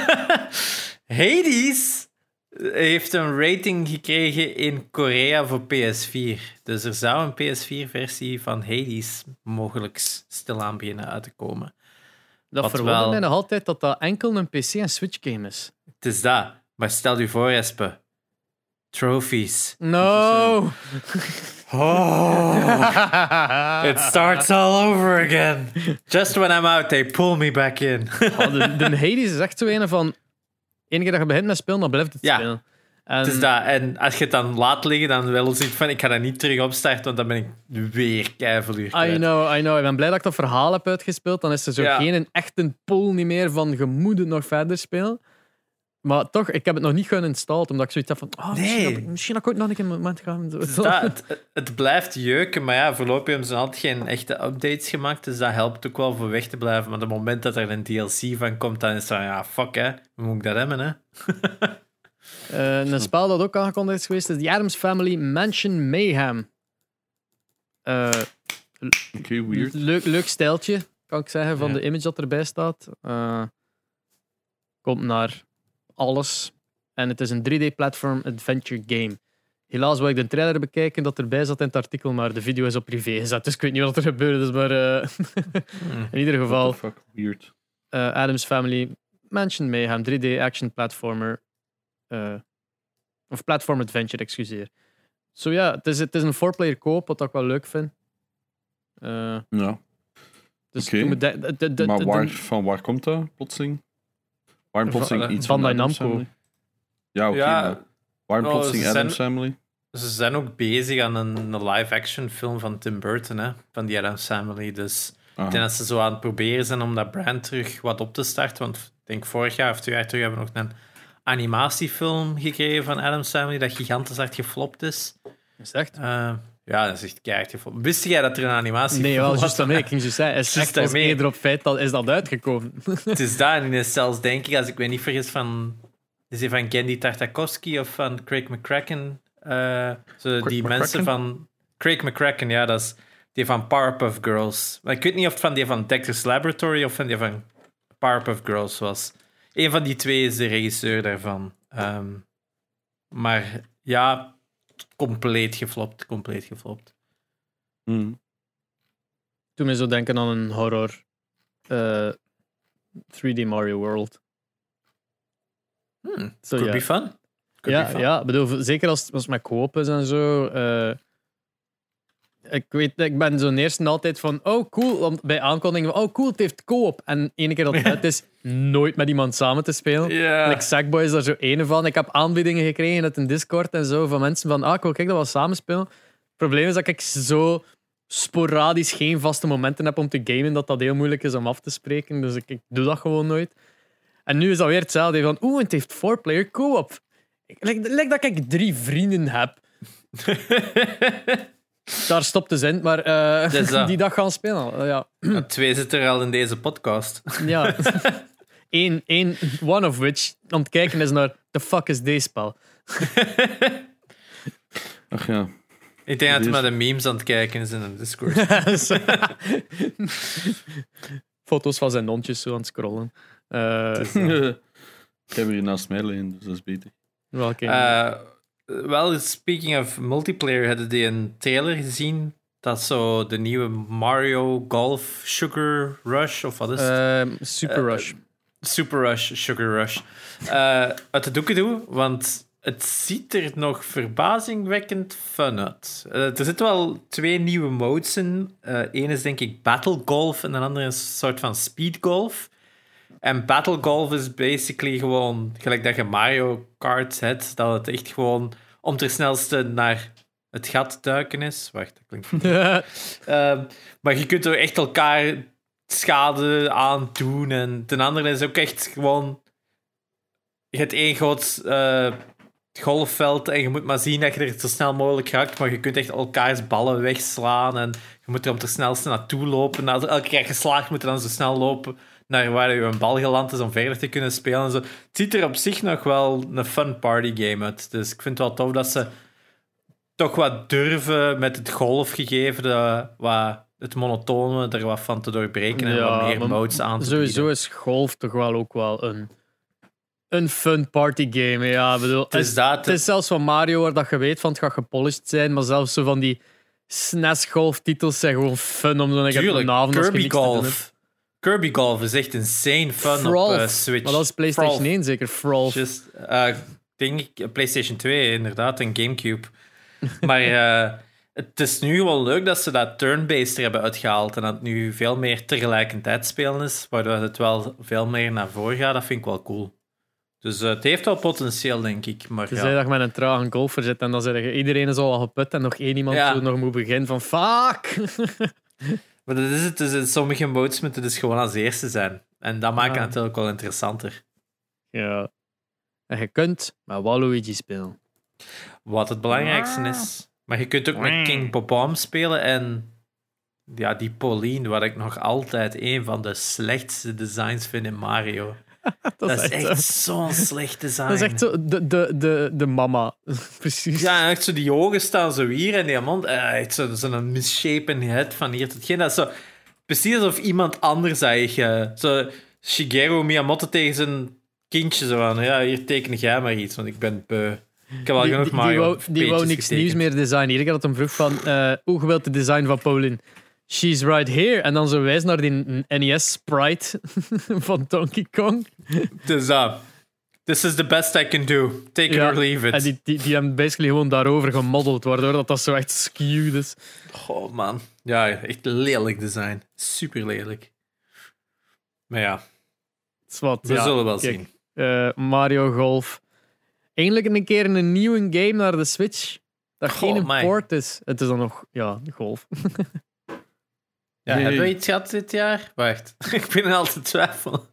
Hades heeft een rating gekregen in Korea voor P S vier. Dus er zou een P S vier versie van Hades mogelijk stilaan beginnen uit te komen. Dat verwondert wel... mij nog altijd dat dat enkel een P C en Switch game is. Het is dat. Maar stel je voor, Espe. Trophies. No! Oh, it starts all over again. Just when I'm out, they pull me back in. Oh, de, de Hades is echt zo een van... Eén keer dat je begint met spelen, dan blijft het ja, spelen. En... Het is dat. En als je het dan laat liggen, dan wel zoiets van, ik ga dat niet terug opstarten, want dan ben ik weer keiveel uur kwijt. I know, I know. Ik ben blij dat ik dat verhaal heb uitgespeeld. Dan is er zo ja. geen echte pull niet meer van, je moet het nog verder spelen. Maar toch, ik heb het nog niet geïnstalleerd, omdat ik zoiets heb van, oh, nee. misschien, heb, misschien heb ik ook nog een keer een moment gaan. Dus dat, het, het blijft jeuken, maar ja, voorlopig hebben ze altijd geen echte updates gemaakt, dus dat helpt ook wel voor weg te blijven. Maar op het moment dat er een D L C van komt, dan is het van, ja, fuck hè, hoe moet ik dat hebben, hè? uh, een spel dat ook aangekondigd is geweest, is The Addams Family Mansion Mayhem. Uh, okay, weird. Leuk, leuk stijltje, kan ik zeggen, van ja. de image dat erbij staat. Uh, komt naar... alles. En het is een drie D-platform adventure game. Helaas wil ik de trailer bekijken dat erbij zat in het artikel, maar de video is op privé gezet, dus ik weet niet wat er gebeurd is, maar uh, mm. in ieder geval... What the fuck, weird. Uh, Addams Family Mansion Mayhem, drie D-action platformer. Uh, of platform adventure, excuseer. Zo so, ja, het is, het is een four-player co-op, wat ik wel leuk vind. Uh, ja. Dus Oké. Okay. De, de, de, de, maar waar, van waar komt dat, plotseling? Waarom plotseling iets van, van Addams Family? Ja, oké. Okay, ja, waarom oh, plotseling Addams zijn, Family? Ze zijn ook bezig aan een, een live-action film van Tim Burton, hè, van die Addams Family. Dus Aha. ik denk dat ze zo aan het proberen zijn om dat brand terug wat op te starten. Want ik denk vorig jaar of twee jaar terug hebben we nog een animatiefilm gekregen van Addams Family dat gigantisch hard geflopt is. Is het echt? Uh, ja, dat is echt keihard geflopt. Wist jij dat er een animatiefilm nee, was? Nee, juist daarmee. Ik ging zo zeggen, is echt als eerder op feit dat is dat uitgekomen. Het is daar. En zelfs denk ik, als ik me niet vergis, van... Is hij van Genndy Tartakovsky of van Craig McCracken? Uh, zo die Craig mensen McCracken? van... Craig McCracken, ja, dat is die van Powerpuff Girls. Maar ik weet niet of het van die van Dexter's Laboratory of van die van Powerpuff Girls was. Eén van die twee is de regisseur daarvan. Um, maar ja, compleet geflopt. Compleet geflopt. Mm. Toen me zo denken aan een horror uh, three D Mario World. Hmm, so, could yeah. be fun. Ja, ja bedoel, zeker als, als het met co-op is en zo. Uh, ik weet, ik ben zo'n eerste altijd van, oh cool, want bij aankondigingen van, oh cool, het heeft co-op. En ene keer dat het uit is, nooit met iemand samen te spelen. Yeah. Like Sackboy is daar zo ene van. Ik heb aanbiedingen gekregen uit een Discord en zo van mensen van, ah, ik wil kijk dat we samen spelen. Het probleem is dat ik zo sporadisch geen vaste momenten heb om te gamen, dat dat heel moeilijk is om af te spreken. Dus ik, ik doe dat gewoon nooit. En nu is dat weer hetzelfde. Van, oeh, het heeft four-player co-op. Lijkt like dat ik drie vrienden heb. Daar stopt de zin, maar uh, dus die dag gaan spelen. Uh, ja. Ja, twee zitten er al in deze podcast. Ja. Eén, één, one of which aan het kijken is naar the fuck is deze spel. Ach ja. Ik denk dat hij met de memes aan het kijken is in een Discord. Foto's van zijn hondjes zo aan het scrollen. Uh, dus, uh, ik heb hier naast mij liggen, dus dat is beter. Welke? Uh, wel, speaking of multiplayer, hadden die een trailer gezien? Dat is zo de nieuwe Mario Golf Sugar Rush, of wat is het? Uh, Super Rush. Uh, Super Rush, Sugar Rush. Uh, uit de doeken doen, want het ziet er nog verbazingwekkend fun uit. Uh, er zitten wel twee nieuwe modes in. Eén uh, is denk ik Battle Golf en de andere is een soort van Speed Golf. En Battle Golf is basically gewoon gelijk dat je Mario Kart hebt, dat het echt gewoon om ter snelste naar het gat duiken is. Wacht, dat klinkt goed. uh, maar je kunt er echt elkaar schade aan doen. En ten andere is ook echt gewoon... Je hebt één groot uh, golfveld en je moet maar zien dat je er zo snel mogelijk raakt, maar je kunt echt elkaars ballen wegslaan en je moet er om ter snelste naartoe lopen. Als elke keer geslaagd moet je dan zo snel lopen naar waar je een bal geland is om verder te kunnen spelen. En zo. Het ziet er op zich nog wel een fun party game uit. Dus ik vind het wel tof dat ze toch wat durven met het golfgegeven, de, wat het monotone er wat van te doorbreken en ja, wat meer modes aan te sowieso bieden. Is golf toch wel ook wel een, een fun party game. Ja, bedoel, het, is dat, het is zelfs van Mario waar dat je weet van het gaat gepolished zijn, maar zelfs zo van die S N E S golftitels zijn gewoon fun om dan een avond Kirby Golf. Kirby Golf is echt insane fun Frolf. Op uh, Switch. Maar dat is PlayStation Frolf. één zeker, Frolf. Just, uh, ik denk PlayStation twee inderdaad en Gamecube. Maar uh, het is nu gewoon leuk dat ze dat turn-based er hebben uitgehaald en dat het nu veel meer tegelijkertijd spelen is, waardoor het wel veel meer naar voren gaat. Dat vind ik wel cool. Dus uh, het heeft wel potentieel, denk ik. Maar je ja. zei dat je met een trage golfer zit en dan zeg je iedereen is al geput en nog één iemand ja. nog moet beginnen van fuck. Maar dat is het. Dus in sommige modes moeten dus gewoon als eerste zijn. En dat maakt ja. het natuurlijk wel interessanter. Ja. En je kunt met Waluigi spelen. Wat het belangrijkste ah. is. Maar je kunt ook met King Bob-omb spelen en ja, die Pauline, wat ik nog altijd een van de slechtste designs vind in Mario. dat, dat is echt, echt zo'n slecht design. Dat is echt zo de, de, de, de mama. Precies. Ja, echt zo die ogen staan zo hier en die mond. Uh, echt zo'n zo misshapen head van hier tot geen. Dat is zo precies alsof iemand anders eigenlijk. Zo Shigeru Miyamoto tegen zijn kindje zo van. Ja, hier teken jij maar iets, want ik ben beu. Ik heb al genoeg die, Mario. Die wou, die wou niks nieuws meer designen. Ik had het hem vroeg van uh, hoe geweld de design van Pauline. She's right here. En dan zo wijs naar die N E S-sprite van Donkey Kong. Dus dat. Uh, this is the best I can do. Take it ja, or leave it. En die, die, die hebben basically gewoon daarover gemodeld, waardoor dat, dat zo echt skewed is. Oh man. Ja, echt lelijk design. Super lelijk. Maar ja. Wat, We ja, zullen wel kijk, zien. Uh, Mario Golf. Eindelijk een keer een nieuwe game naar de Switch. Dat oh, geen import is. Het is dan nog, ja, golf. Ja, nee. Hebben we iets gehad dit jaar? Wacht, ik ben er altijd twijfel.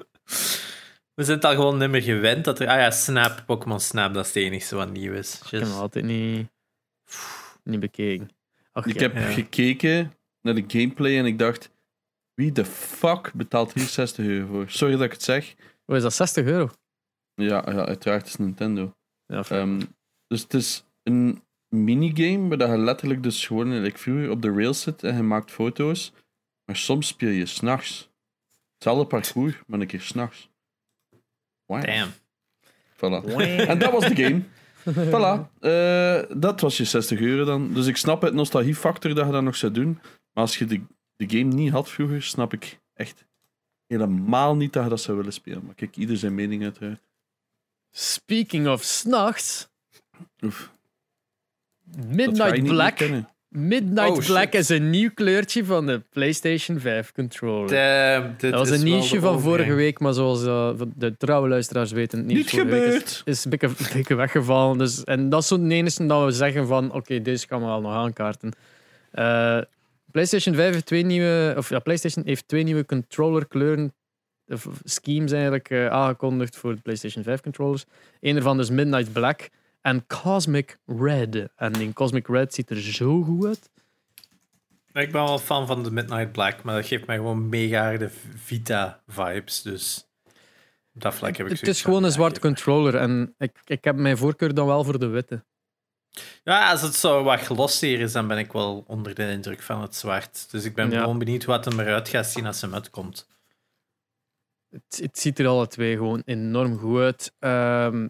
We zijn het al gewoon niet meer gewend dat er... Ah ja, Snap, Pokémon Snap, dat is het enige wat nieuw is. Just... Ik heb hem altijd niet, niet bekeken. Ach, ik ja. heb ja. gekeken naar de gameplay en ik dacht, wie de fuck betaalt hier zestig euro voor? Sorry dat ik het zeg. Hoe is dat, zestig euro? Ja, ja uiteraard is Nintendo. Ja, um, dus het is een minigame waar je letterlijk dus gewoon like vroeger op de rails zit en je maakt foto's, maar soms speel je 's nachts. Hetzelfde parcours, maar een keer 's nachts. Wow. Damn. Voilà. Wow. En dat was de game. Voilà. Uh, dat was je zestig euro dan. Dus ik snap het nostalgiefactor dat je dat nog zou doen, maar als je de, de game niet had vroeger, snap ik echt helemaal niet dat je dat zou willen spelen. Maar kijk, ieder zijn mening uiteraard. speaking of s'nachts. Oef. Midnight Black. Midnight Oh, Black shit. is een nieuw kleurtje van de PlayStation vijf controller. Damn, dit Dat was is een wel nieuwsje de van overgang. vorige week, maar zoals uh, de trouwe luisteraars weten, het nieuws Niet vorige week gebeurd. Is, is een beetje, een beetje weggevallen. Dus, en dat is zo'n enige dat we zeggen van oké, okay, deze gaan we wel nog aankaarten. Uh, PlayStation vijf heeft twee nieuwe, of ja, PlayStation heeft twee nieuwe controllerkleuren, of schemes eigenlijk, uh, aangekondigd voor de PlayStation vijf controllers. Eén daarvan is Midnight Black en Cosmic Red. En die Cosmic Red ziet er zo goed uit. Ik ben wel fan van de Midnight Black, maar dat geeft mij gewoon mega harde Vita-vibes. Dus op dat vlak heb ik Het zoiets is gewoon van, een ja, zwarte geef me. controller en ik, ik heb mijn voorkeur dan wel voor de witte. Ja, als het zo wat glossier is, dan ben ik wel onder de indruk van het zwart. Dus ik ben Ja. gewoon benieuwd wat hem eruit gaat zien als hem uitkomt. Het, het ziet er alle twee gewoon enorm goed uit. Um,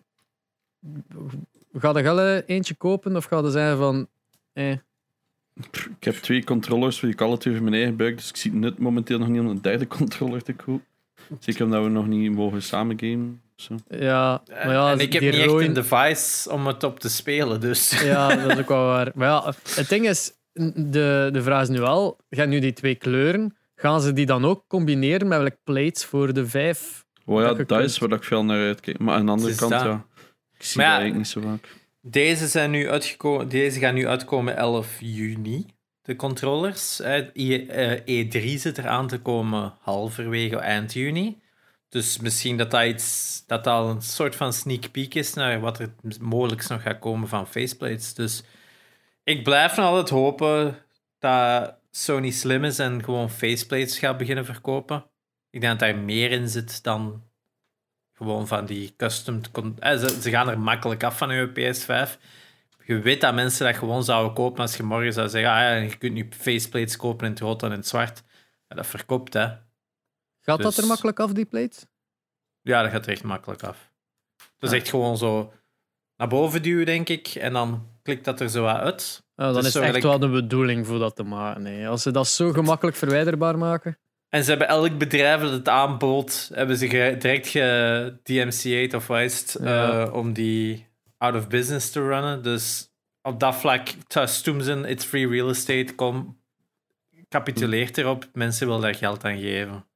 ga je alle eentje kopen of ga je zeggen van... Eh, Ik heb twee controllers, die ik alle twee voor mijn eigen buik, dus ik zie het nut momenteel nog niet om een derde controller te kopen. Zeker omdat we nog niet mogen samen gamen. Zo. ja, maar ja, en ik heb die niet echt rode- een device om het op te spelen, dus... Ja, dat is ook wel waar. Maar ja, het ding is, de, de vraag is nu wel, gaan nu die twee kleuren, gaan ze die dan ook combineren met welke plates voor de vijf? Oh ja, Dat je dat kunt- is waar ik veel naar uitkijk. Maar aan de andere Het kant, is dat. ja, ik zie Maar ja, dat eigenlijk niet zo vaak. Deze, zijn nu uitgeko- deze gaan nu uitkomen elf juni, de controllers. Eh, I- eh, E drie zit er aan te komen halverwege eind juni. Dus misschien dat dat, iets, dat dat al een soort van sneak peek is naar wat er mogelijk nog gaat komen van faceplates. Dus ik blijf nog altijd hopen dat Sony slim is en gewoon faceplates gaat beginnen verkopen. Ik denk dat daar meer in zit dan gewoon van die custom... con- eh, ze, ze gaan er makkelijk af van je P S vijf. Je weet dat mensen dat gewoon zouden kopen als je morgen zou zeggen, ah ja, je kunt nu faceplates kopen in het rood en in het zwart. Ja, dat verkoopt, hè. Gaat dat Dus- er makkelijk af, die plates? Ja, dat gaat er echt makkelijk af. Dat is Ah. echt gewoon zo naar boven duwen, denk ik. En dan klikt dat er zo wat uit. Nou, dan Dus is zo het echt gelijk- wel de bedoeling voor dat te maken. Nee. Als ze dat zo gemakkelijk verwijderbaar maken... En ze hebben elk bedrijf dat het aanbood, hebben ze ge- direct ge D M C A'd of wat is het, Ja. eh, om die out of business te runnen. Dus op dat vlak, Stoomsen, it's free real estate, kom, capituleert erop. Mensen willen daar geld aan geven.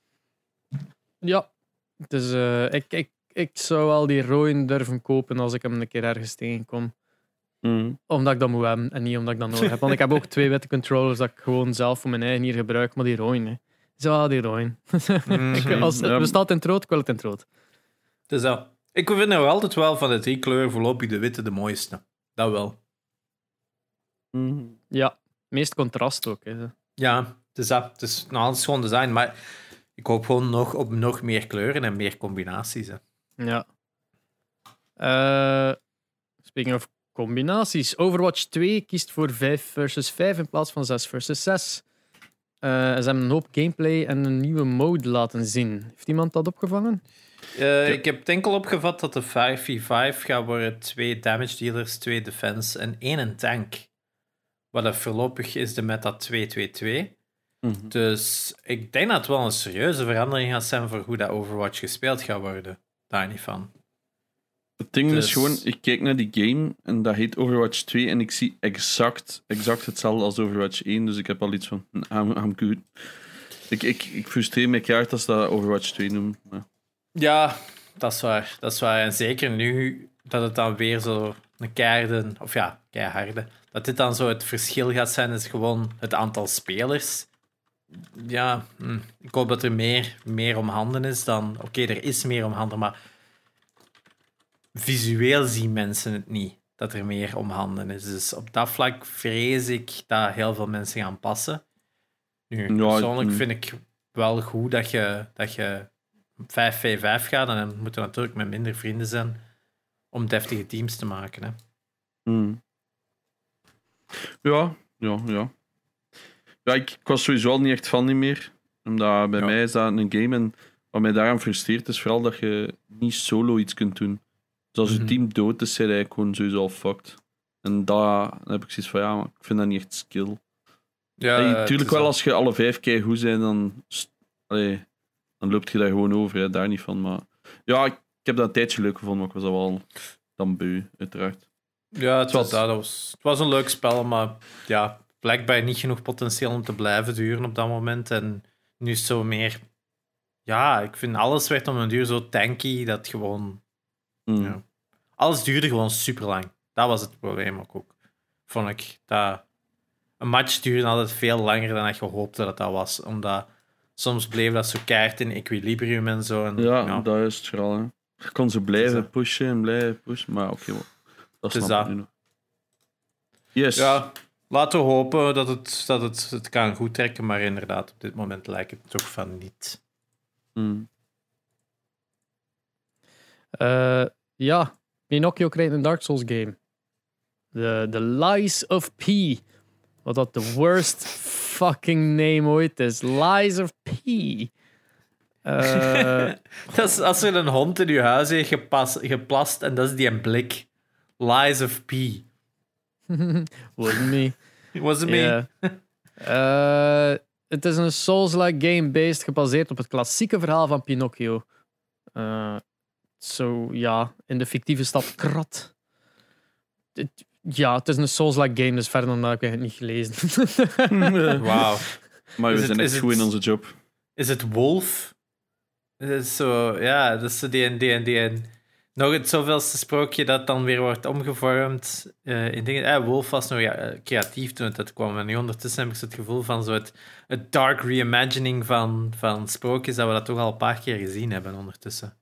Ja, dus eh, ik, ik, ik zou wel die rode durven kopen als ik hem een keer ergens tegenkom. Mm. Omdat ik dat moet hebben en niet omdat ik dat nodig heb. Want ik heb ook twee witte controllers dat ik gewoon zelf voor mijn eigen hier gebruik, maar die rode, hè. Zo, die rode. Ik- als het Ja. bestaat in het rood, ik wil het in het rood. Dus dat. Ik vind nog altijd wel van de drie kleuren voorlopig de witte de mooiste. Dat wel. Mm. Ja, meest contrast ook. Hè. Ja, dus dat. Het is nou, het is gewoon design, maar ik hoop gewoon nog op nog meer kleuren en meer combinaties. Hè. Ja. Eh, speaking of combinaties. Overwatch twee kiest voor vijf versus vijf in plaats van zes versus zes. Eh, ze hebben een hoop gameplay en een nieuwe mode laten zien. Heeft iemand dat opgevangen? Uh, ik heb het enkel opgevat dat de vijf v vijf gaat worden twee damage dealers, twee defense en één een tank. Wat dat voorlopig is de meta twee twee twee. Mm-hmm. Dus ik denk dat het wel een serieuze verandering gaat zijn voor hoe dat Overwatch gespeeld gaat worden. Daar niet van. Het ding Dus- is gewoon, ik kijk naar die game en dat heet Overwatch twee en ik zie exact, exact hetzelfde als Overwatch één, dus ik heb al iets van, I'm, I'm good. Ik, ik, ik frustreer me keihard als dat Overwatch twee noemen. Maar... Ja, dat is waar. Dat is waar. En zeker nu dat het dan weer zo een keiharde, of ja, keiharde, dat dit dan zo het verschil gaat zijn, is gewoon het aantal spelers. Ja, hm, ik hoop dat er meer, meer om handen is dan... Oké, er is meer om handen, maar visueel zien mensen het niet, dat er meer om handen is. Dus op dat vlak vrees ik dat heel veel mensen gaan passen. Nu, Ja, persoonlijk hm. vind ik wel goed dat je, dat je vijf v vijf gaat, en dan moeten we natuurlijk met minder vrienden zijn om deftige teams te maken. Hè. Mm. Ja, ja, ja. Ja, ik, ik was sowieso al niet echt fan niet meer. Omdat bij Ja. mij is dat een game en wat mij daaraan frustreert is vooral dat je niet solo iets kunt doen. Dus als je Mhm. team dood is, zijn eigenlijk gewoon sowieso al fucked. En daar dan heb ik zoiets van, ja, maar ik vind dat niet echt skill. Ja, Hey, het tuurlijk is wel, al- als je alle vijf keer goed zijn, dan, st- allee, dan loopt je daar gewoon over, hè, daar niet van. Maar ja, ik, heb dat een tijdje leuk gevonden, maar ik was dat wel dan beu, uiteraard. Ja, het was, dat, dat was, het was een leuk spel, maar ja, blijkbaar niet genoeg potentieel om te blijven duren op dat moment. En nu is het zo meer... Ja, ik vind alles werd om een duur zo tanky, dat gewoon... Mm. Ja. Alles duurde gewoon super lang. Dat was het probleem ook. ook. Vond ik dat... Een match duurde altijd veel langer dan ik hoopte dat dat was. Omdat soms bleef dat zo keihard in equilibrium en zo. En, Ja, ja, dat is het vooral. Hè. Je kon ze blijven dat. pushen en blijven pushen, maar oké, okay, dat Het is snap ik dat. nu nog. Yes. Ja, laten we hopen dat het, dat het, het kan goed trekken, maar inderdaad, op dit moment lijkt het toch van niet. Mm. Uh, ja, Pinocchio krijgt een Dark Souls game. The, the Lies of P. Wat dat de worst fucking name ooit is. Lies of P. Uh, dat is als er een hond in je huis heeft gepas, geplast en dat is die een blik. Lies of P. Wasn't me. Wasn't me. Yeah. Uh, het is een Souls-like game based gebaseerd op het klassieke verhaal van Pinocchio. Uh, Zo, so, ja, in de fictieve stad Krat. Het, ja, het is een Souls-like game, dus verder dan dat heb ik het niet gelezen. Wauw. Maar we Is zijn het- echt is goed in het- onze job. Is het Wolf? Het is zo, ja, dat is zo die en die en die en... Nog het zoveelste sprookje dat dan weer wordt omgevormd uh, in dingen. Eh, Wolf was nog ja, creatief toen het uitkwam. En nu ondertussen heb ik zo het gevoel van zo het, het dark reimagining van, van sprookjes, dat we dat toch al een paar keer gezien hebben ondertussen.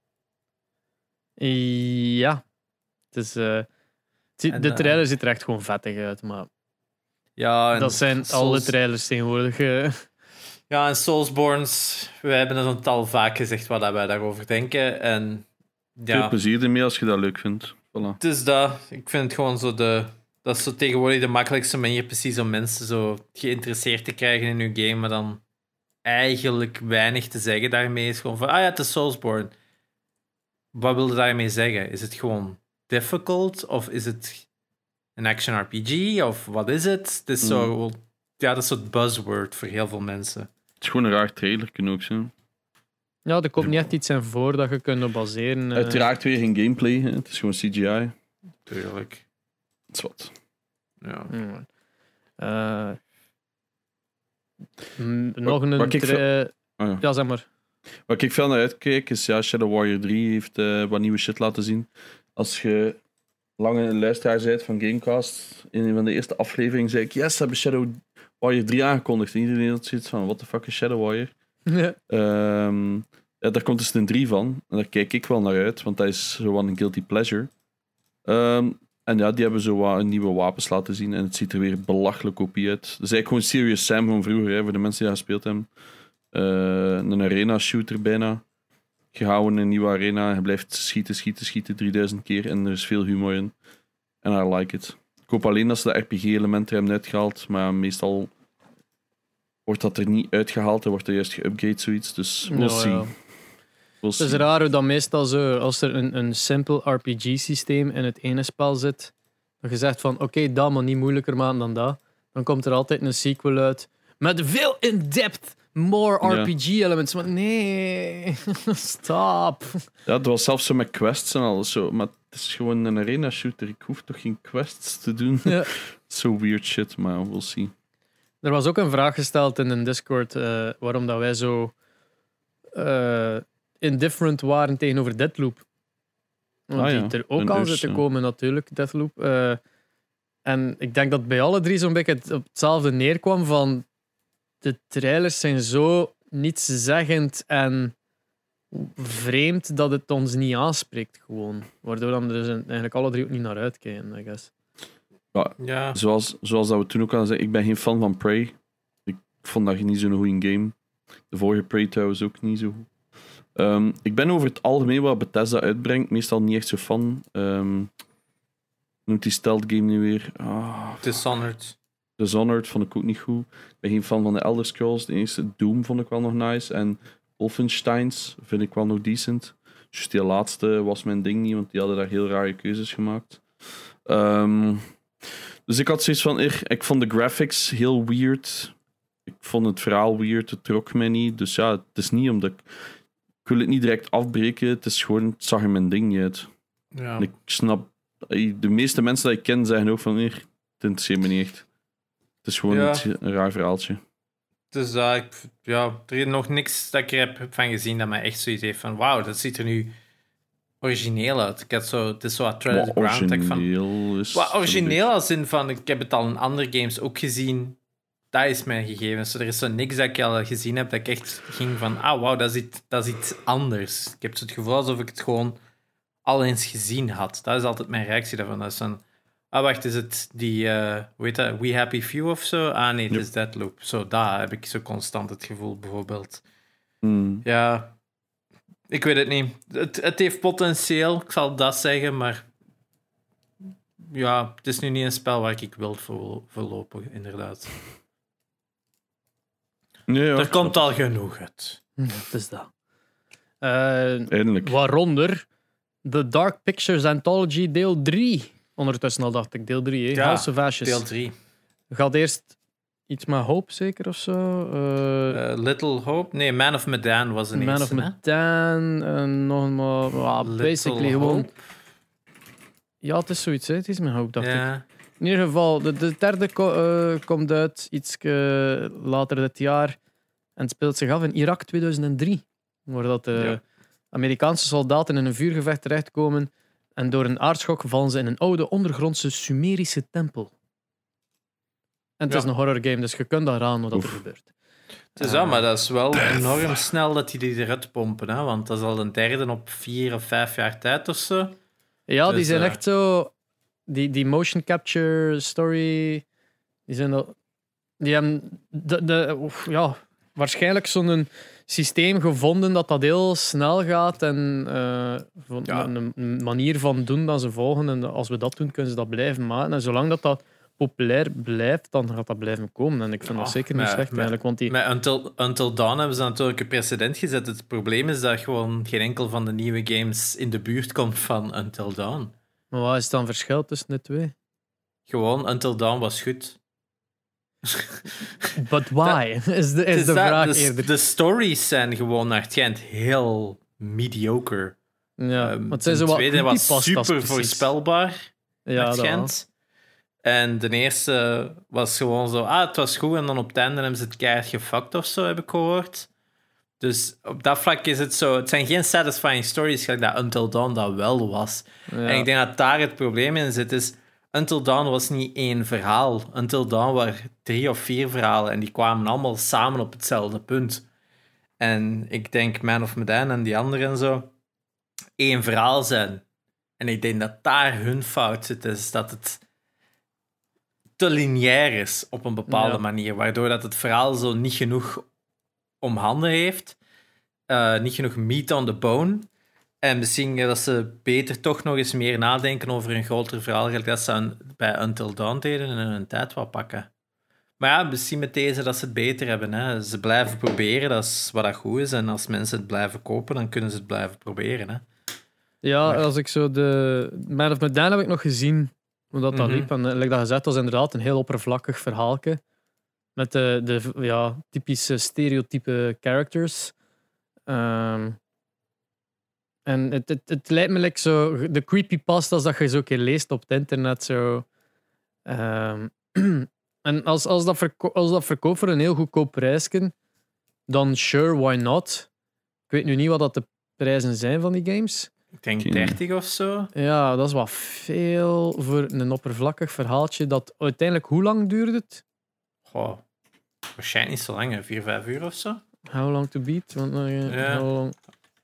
Ja. Het is, uh, het ziet- En, de uh, trailer ziet er echt gewoon vettig uit, maar Ja, en dat zijn Souls- alle trailers tegenwoordig. uh. Ja, en Soulsborns, wij hebben het al vaak gezegd wat wij daarover denken. En Veel ja, plezier ermee als je dat leuk vindt. Voilà. het is dat. Ik vind het gewoon zo de... Dat is zo tegenwoordig de makkelijkste manier precies om mensen zo geïnteresseerd te krijgen in hun game, maar dan eigenlijk weinig te zeggen daarmee. Is gewoon van, ah ja, het is Soulsborne. Wat wil je daarmee zeggen? Is het gewoon difficult? Of is het een action R P G? Of wat is het? Het is zo... Ja, dat is zo'n buzzword voor heel veel mensen. Het is gewoon een raar trailer, kan ook zijn. Ja, er komt niet echt iets in voor dat je kunt baseren. uh. Uiteraard weer geen gameplay, hè. Het is gewoon C G I. Tuurlijk. Dat is wat. Ja. Mm. Uh, m- nog Wat- een... wat ik tra- Ah, ja. ja, zeg maar. Waar ik veel naar uitkijk is, ja, Shadow Warrior drie heeft uh, wat nieuwe shit laten zien. Als je lange luisteraar bent van Gamecast, in een van de eerste afleveringen zei ik, yes, ze hebben Shadow Warrior drie aangekondigd. En iedereen had zoiets van, what the fuck is Shadow Warrior? Ja. Um, ja, daar komt dus een drie van. En daar kijk ik wel naar uit, want dat is zo wat een guilty pleasure. Um, en ja, die hebben zo wat een nieuwe wapens laten zien. En het ziet er weer belachelijk kopie uit. Dat is eigenlijk gewoon Serious Sam van vroeger, hè, voor de mensen die dat gespeeld hebben. Uh, een arena shooter bijna. Je houdt in een nieuwe arena, je blijft schieten, schieten, schieten drieduizend keer. En er is veel humor in. En I like it. Ik hoop alleen dat ze de R P G-elementen hebben uitgehaald. Maar meestal wordt dat er niet uitgehaald. Er wordt er juist geupgrade, zoiets. Dus we'll Ja, see. ja. We'll Het is see. raar hoe dat meestal zo, als er een, een simpel R P G-systeem in het ene spel zit, dat je zegt van, oké, okay, dat maar niet moeilijker maken dan dat, dan komt er altijd een sequel uit met veel in-depth, more Ja. R P G-elements. Maar nee, stop. Ja, het was zelfs zo met quests en alles zo. Maar het is gewoon een arena shooter. Ik hoef toch geen quests te doen? Ja. Zo weird shit, maar we'll see. Er was ook een vraag gesteld in een Discord uh, waarom dat wij zo uh, indifferent waren tegenover Deathloop. Want Ah, ja. die er ook Een aan us, zit te ja. komen natuurlijk, Deathloop. Uh, en ik denk dat bij alle drie zo'n beetje het op hetzelfde neerkwam van de trailers zijn zo nietszeggend en vreemd dat het ons niet aanspreekt gewoon. Waardoor dan er dus eigenlijk alle drie ook niet naar uitkijken, I guess. Ja, Ja. zoals, zoals dat we toen ook hadden gezegd, ik ben geen fan van Prey. Ik vond dat niet zo'n goede game. De vorige Prey trouwens ook niet zo goed. Um, ik ben over het algemeen wat Bethesda uitbrengt, meestal niet echt zo fan. Um, noemt die stealth game nu weer? Ah, Dishonored. Dishonored vond ik ook niet goed. Ik ben geen fan van de Elder Scrolls. De eerste Doom vond ik wel nog nice. En Wolfensteins vind ik wel nog decent. Dus die laatste was mijn ding niet, want die hadden daar heel rare keuzes gemaakt. Um, dus ik had zoiets van, ik, ik vond de graphics heel weird. Ik vond het verhaal weird, het trok mij niet. Dus ja, het is niet omdat ik... ik wil het niet direct afbreken. Het is gewoon, het zag er mijn ding niet uit. Ja. En ik snap, de meeste mensen die ik ken zeggen ook van, nee, het interesseert me niet echt. Het is gewoon Ja. iets- een raar verhaaltje. Dus uh, ik, ja, er is nog niks dat ik er heb van gezien dat mij echt zoiets heeft van wauw, dat ziet er nu origineel uit. Ik had zo, het is zo at Treasure Wat Ground. dat ik van, origineel is... wat origineel als in van, ik heb het al in andere games ook gezien. Dat is mijn gegeven. So, er is zo niks dat ik al gezien heb dat ik echt ging van, ah wauw, dat, is iets- dat is iets anders. Ik heb zo het gevoel alsof ik het gewoon al eens gezien had. Dat is altijd mijn reactie daarvan. Dat is van, ah wacht, is het die, uh, hoe heet dat, We Happy Few of zo? Ah nee, het Yep. is Deathloop. Zo, daar heb ik zo constant het gevoel, bijvoorbeeld. Hmm. Ja, ik weet het niet. Het, het heeft potentieel, ik zal dat zeggen, maar ja, het is nu niet een spel waar ik wil voor, voorlopen, inderdaad. Nee, ja, Er ik komt snap al genoeg uit. Ja, het is dat. Eh, het. Eindelijk. waaronder The Dark Pictures Anthology deel drie. Ondertussen al dacht ik, deel drie. Ja, House of Ashes. Deel drie. Gaat eerst iets met Hope, zeker, of zo? Eh, Uh, Little Hope? Nee, Man of Medan was een Man eerste, of hè? Medan. En nog maar... ah, Little basically gewoon... Hope. Ja, het is zoiets, hè. Het is met Hope, dacht ik. Ja. In ieder geval, de, de derde ko- eh, komt uit iets later dit jaar. En het speelt zich af in Irak tweeduizend drie. Waar dat de Ja. Amerikaanse soldaten in een vuurgevecht terechtkomen. En door een aardschok vallen ze in een oude ondergrondse Sumerische tempel. En het is Ja. een horror game, dus je kunt daar aan wat er Oef. gebeurt. Het is dat, maar dat is wel enorm snel dat die die eruit pompen, hè? Want dat is al een derde op vier of vijf jaar tijd of zo. Ja, die Dus, zijn eh, echt zo... Die, die motion capture story... Die zijn al... Die hebben... De, de, oef, ja, waarschijnlijk zo'n systeem gevonden dat dat heel snel gaat en eh, van- Ja. een, een manier van doen dat ze volgen. En als we dat doen, kunnen ze dat blijven maken. En zolang dat, dat populair blijft, dan gaat dat blijven komen. En ik vind Ja, dat zeker niet maar- slecht maar- eigenlijk. Want die... Met Until, Until Dawn hebben ze natuurlijk een precedent gezet. Het probleem is dat gewoon geen enkel van de nieuwe games in de buurt komt van Until Dawn. Maar wat is dan verschil tussen de twee? Gewoon, Until Dawn was goed. But why? is de, is Het is de dat, vraag de, eerder. de stories zijn gewoon naar het schijnt heel mediocre. Ja, Ehm, want het zijn zo de wat tweede was creepypastas super precies. voorspelbaar. Ja, naar het dat wel. schijnt. En de eerste was gewoon zo, ah, het was goed. En dan op het einde hebben ze het keihard gefucked of zo, heb ik gehoord. Dus op dat vlak is het zo... Het zijn geen satisfying stories, gelijk dat Until Dawn dat wel was. Ja. En ik denk dat daar het probleem in zit, is... Until Dawn was niet één verhaal. Until Dawn waren drie of vier verhalen. En die kwamen allemaal samen op hetzelfde punt. En ik denk Man of Medan en die anderen en zo... één verhaal zijn. En ik denk dat daar hun fout zit, is dat het te lineair is op een bepaalde Ja. manier, waardoor dat het verhaal zo niet genoeg om handen heeft, uh, niet genoeg meat on the bone, en misschien dat ze beter toch nog eens meer nadenken over een groter verhaal, gelijk dat ze aan- bij Until Dawn deden en hun tijd wat pakken. Maar ja, misschien met deze dat ze het beter hebben. Hè. Ze blijven proberen, dat is wat dat goed is, en als mensen het blijven kopen, dan kunnen ze het blijven proberen. Hè. Ja, Maar- als ik zo de Man of Medan heb ik nog gezien hoe dat, dat Mhm. liep. En eh, like dat gezegd, was inderdaad een heel oppervlakkig verhaaltje. Met de, de ja, typische stereotype characters. Ehm, en het, het, het lijkt me like zo, de creepypastas dat je zo een keer leest op het internet. Zo. Ehm, en als, als, dat verko- als dat verkoopt voor een heel goedkoop prijsje, dan sure, why not? Ik weet nu niet wat dat de prijzen zijn van die games. Ik denk Geen- dertig of zo. Ja, dat is wat veel voor een oppervlakkig verhaaltje. Dat uiteindelijk, hoe lang duurde het? Goh, waarschijnlijk niet zo lang, hè. vier, vijf uur of zo. How long to beat? Want, uh, Ja. How long...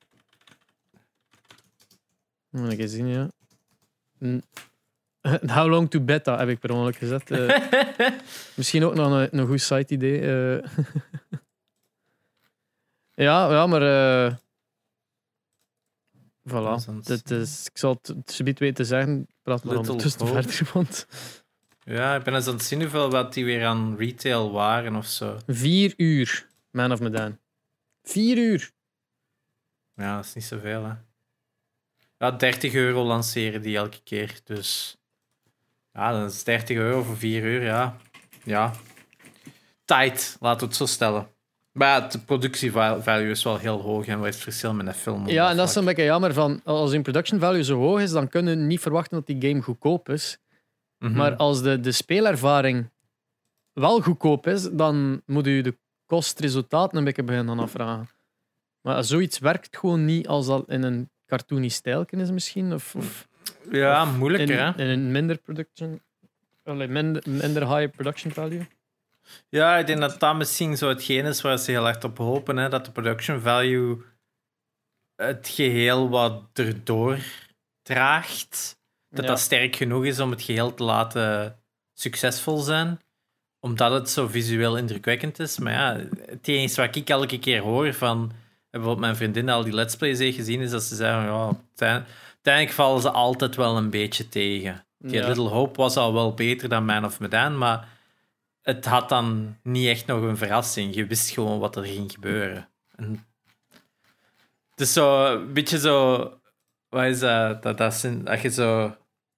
Moet ik eens zien, ja. Hm. How long to beta heb ik per ongeluk gezet. Eh, misschien ook nog een, een goed site-idee. eh. ja, ja, maar... eh Dat is Voilà. een- Dit is, ik zal het subiet weten te zeggen. Praat maar Little ondertussen Hope. verder, want... Ja, ik ben eens aan het zien hoeveel wat die weer aan retail waren of zo. Vier uur, Man of Medan. Vier uur. Ja, dat is niet zoveel, hè. Ja, dertig euro lanceren die elke keer, dus... Ja, dat is dertig euro voor vier uur, ja. Ja. Tight, laten we het zo stellen. Maar de productievalue is wel heel hoog en wat is het verschil met een film? Ja, en dat is een beetje jammer. Van, als de production value zo hoog is, dan kunnen we niet verwachten dat die game goedkoop is. Mm-hmm. Maar als de, de speelervaring wel goedkoop is, dan moet u de kost-resultaat een beetje beginnen afvragen. Maar zoiets werkt gewoon niet als dat in een cartoony stijlken is misschien. Of, of, ja, of moeilijker in, hè? in een minder production... Allee, minder, minder high production value. Ja, ik denk dat dat misschien zo hetgeen is waar ze heel hard op hopen. Hè? Dat de production value het geheel wat erdoor draagt. Dat Ja. dat sterk genoeg is om het geheel te laten succesvol zijn. Omdat het zo visueel indrukwekkend is. Maar ja, het enige wat ik elke keer hoor van... Bijvoorbeeld mijn vriendin al die Let's Plays heeft gezien, is dat ze zeggen... Ja, uiteindelijk vallen ze altijd wel een beetje tegen. Die Ja. Little Hope was al wel beter dan Man of Medan, maar... Het had dan niet echt nog een verrassing. Je wist gewoon wat er ging gebeuren. En het is zo een beetje zo... Wat is dat? Dat, dat, is een- dat je zo...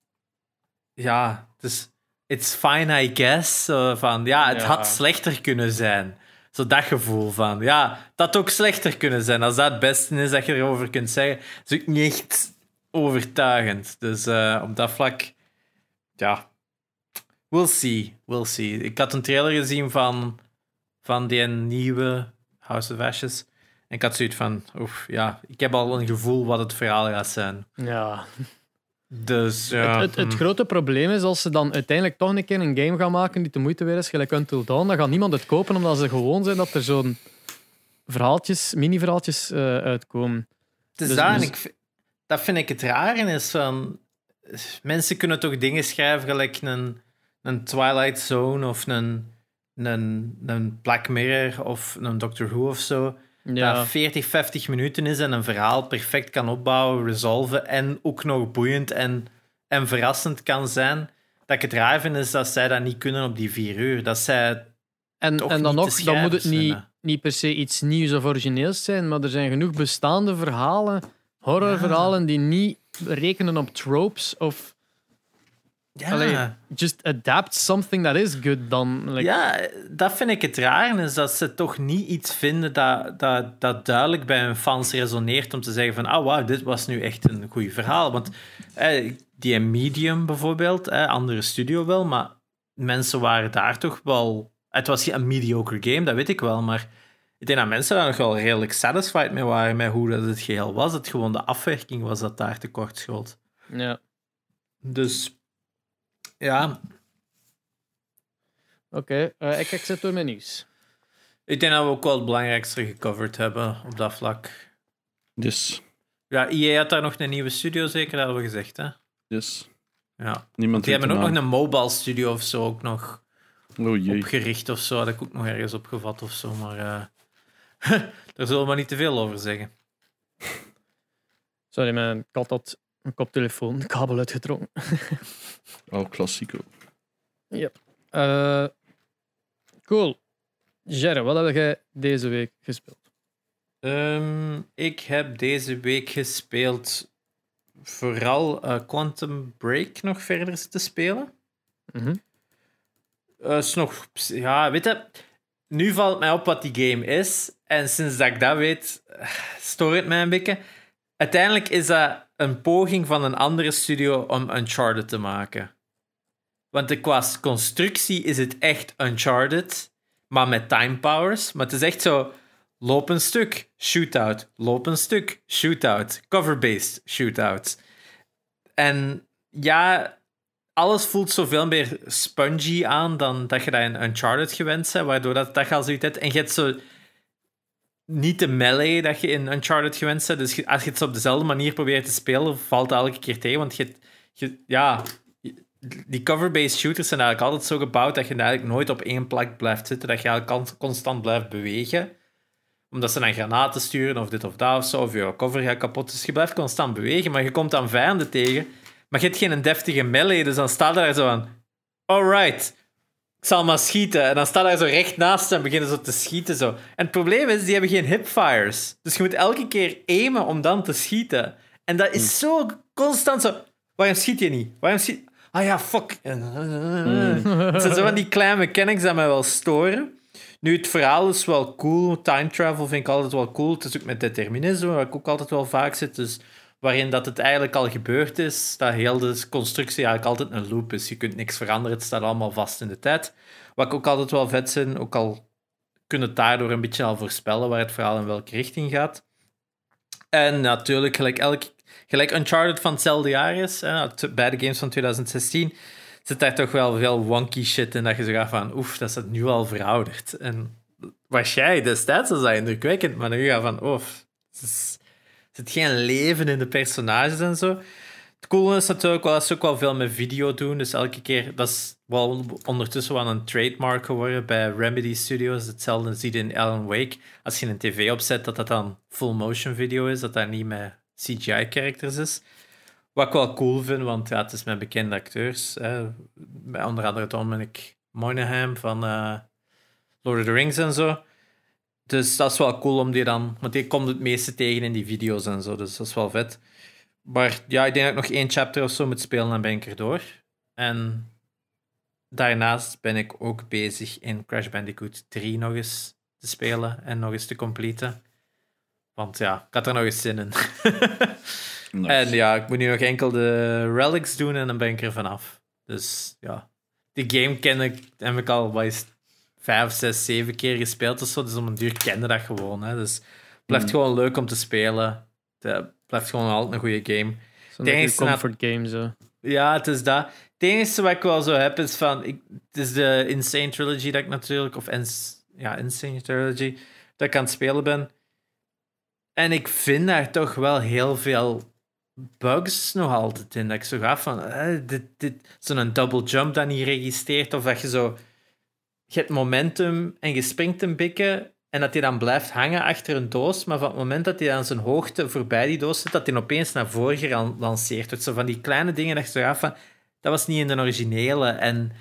Ja, dus... It's fine, I guess. Zo van, ja, het Ja. had slechter kunnen zijn. Zo dat gevoel van... Ja, het had ook slechter kunnen zijn. Als dat het beste is dat je erover kunt zeggen, is ook niet echt overtuigend. Dus uh, op dat vlak... Ja... We'll see, we'll see. Ik had een trailer gezien van, van die nieuwe House of Ashes. En ik had zoiets van, oef, ja, ik heb al een gevoel wat het verhaal gaat zijn. Ja. Dus, ja. Het, het, het hm. grote probleem is als ze dan uiteindelijk toch een keer een game gaan maken die de moeite weer is, gelijk Until Dawn, dan gaat niemand het kopen omdat ze gewoon zijn dat er zo'n verhaaltjes, mini-verhaaltjes uh, uitkomen. Het is dus- dat, en dus- ik, v- dat vind ik het rare is van... Mensen kunnen toch dingen schrijven gelijk een, een Twilight Zone of een, een, een Black Mirror of een Doctor Who of zo. Ja. Dat veertig, vijftig minuten is en een verhaal perfect kan opbouwen, resolven en ook nog boeiend en, en verrassend kan zijn. Dat ik het raar vind is dat zij dat niet kunnen op die vier uur. Dat zij... En, toch en dan niet nog, te dan moet het schrijven niet, zijn, niet per se iets nieuws of origineels zijn, maar er zijn genoeg bestaande verhalen, horrorverhalen, die niet rekenen op tropes of Ja. allee, just adapt something that is good dan. Like, Ja, dat vind ik het raar. Is dat ze toch niet iets vinden dat, dat, dat duidelijk bij hun fans resoneert om te zeggen van, ah, wauw, dit was nu echt een goed verhaal. Want eh, die Medium bijvoorbeeld, eh, andere studio wel, maar mensen waren daar toch wel... Het was een mediocre game, dat weet ik wel, maar ik denk dat mensen daar nog wel redelijk satisfied mee waren met hoe dat het geheel was. Het gewoon de afwerking was dat daar tekort schoot. Ja. Dus, ja... Oké, okay. uh, ik ik zit door mijn nieuws. Ik denk dat we ook wel het belangrijkste gecoverd hebben op dat vlak. Yes. Ja, I A had daar nog een nieuwe studio, zeker, dat hebben we gezegd, hè? Yes. Ja. Niemand Die weet hebben de ook nog naam. een mobile studio of zo ook nog Oh jee. opgericht of zo. Had ik ook nog ergens opgevat of zo, maar uh, daar zullen we maar niet te veel over zeggen. Sorry, mijn kat had een koptelefoon, kabel uitgetrokken. Oh, klassico. Yep. Uh, cool. Jerry, wat heb jij deze week gespeeld? Um, ik heb deze week gespeeld vooral uh, Quantum Break nog verder zitten spelen. Mm-hmm. Uh, is nog, ja, weet je, nu valt mij op wat die game is. En sinds dat ik dat weet, stoort het mij een beetje. Uiteindelijk is dat een poging van een andere studio om Uncharted te maken. Want de, qua constructie is het echt Uncharted, maar met time powers. Maar het is echt zo, loop een stuk, shootout. Loop een stuk, shootout. Cover-based shootout. En ja... Alles voelt zoveel meer spongy aan dan dat je dat in Uncharted gewend bent, waardoor dat, dat je al zoiets hebt. En je hebt zo niet de melee dat je in Uncharted gewend bent. Dus als je het zo op dezelfde manier probeert te spelen, valt het elke keer tegen. Want je, je, ja, die cover-based shooters zijn eigenlijk altijd zo gebouwd dat je eigenlijk nooit op één plek blijft zitten. Dat je eigenlijk constant blijft bewegen. Omdat ze dan granaten sturen of dit of dat of zo. Of je cover gaat kapot. Dus je blijft constant bewegen. Maar je komt dan vijanden tegen... Maar je hebt geen deftige melee, dus dan staat er zo aan. Alright, ik zal maar schieten. En dan staat hij zo recht naast en beginnen zo te schieten. Zo. En het probleem is, die hebben geen hipfires. Dus je moet elke keer aimen om dan te schieten. En dat is zo constant zo... Waarom schiet je niet? Waarom schiet... Ah ja, fuck. Mm. Het zijn zo van die kleine mechanics die mij wel storen. Nu, het verhaal is wel cool. Time travel vind ik altijd wel cool. Het is ook met determinisme, waar ik ook altijd wel vaak zit. Dus waarin dat het eigenlijk al gebeurd is, dat heel de constructie eigenlijk altijd een loop is. Je kunt niks veranderen, het staat allemaal vast in de tijd. Wat ik ook altijd wel vet vind, ook al kunnen het daardoor een beetje al voorspellen waar het verhaal in welke richting gaat. En natuurlijk, gelijk, elk, gelijk Uncharted van hetzelfde jaar is, hè, beide games van twintig zestien, zit daar toch wel veel wonky shit in dat je zo gaat van, oef, dat is het nu al verouderd. En waarschijnlijk destijds was dat indrukwekkend, maar nu ga van, oef, er zit geen leven in de personages en zo. Het coole is natuurlijk wel dat ze ook wel veel met video doen, dus elke keer, dat is wel ondertussen wel een trademark geworden bij Remedy Studios. Hetzelfde zie je in Alan Wake. Als je een tv opzet, dat dat dan full motion video is, dat dat niet met C G I-characters is. Wat ik wel cool vind, want ja, het is met bekende acteurs. Hè. Bij onder andere Dominic Monaghan van uh, Lord of the Rings en zo. Dus dat is wel cool om die dan... Want die komt het meeste tegen in die video's en zo, dus dat is wel vet. Maar ja, ik denk dat ik nog één chapter of zo moet spelen en dan ben ik erdoor. En daarnaast ben ik ook bezig in Crash Bandicoot drie nog eens te spelen en nog eens te completen. Want ja, ik had er nog eens zin in. Nice. En ja, ik moet nu nog enkel de relics doen en dan ben ik er vanaf. Dus ja, die game ken ik, heb ik al wat is, vijf, zes, zeven keer gespeeld of zo. Dus om een duur kende dat gewoon. Hè. Dus het blijft mm. gewoon leuk om te spelen. Het blijft gewoon altijd een goede game. Zo'n comfort game zo. Ja, het is dat. Het enige wat ik wel zo heb is van... Ik, het is de Insane Trilogy dat ik natuurlijk... Of ins, ja, Insane Trilogy. Dat ik aan het spelen ben. En ik vind daar toch wel heel veel bugs nog altijd in. Dat ik zo ga van... Eh, dit, dit, zo'n double jump dat niet registreert. Of dat je zo... Je hebt momentum en je springt een beetje... En dat hij dan blijft hangen achter een doos. Maar van het moment dat hij aan zijn hoogte voorbij die doos zit... Dat hij opeens naar voren gelanceerd wordt. Zo van die kleine dingen dat je zo gaat van... Dat was niet in de originele. En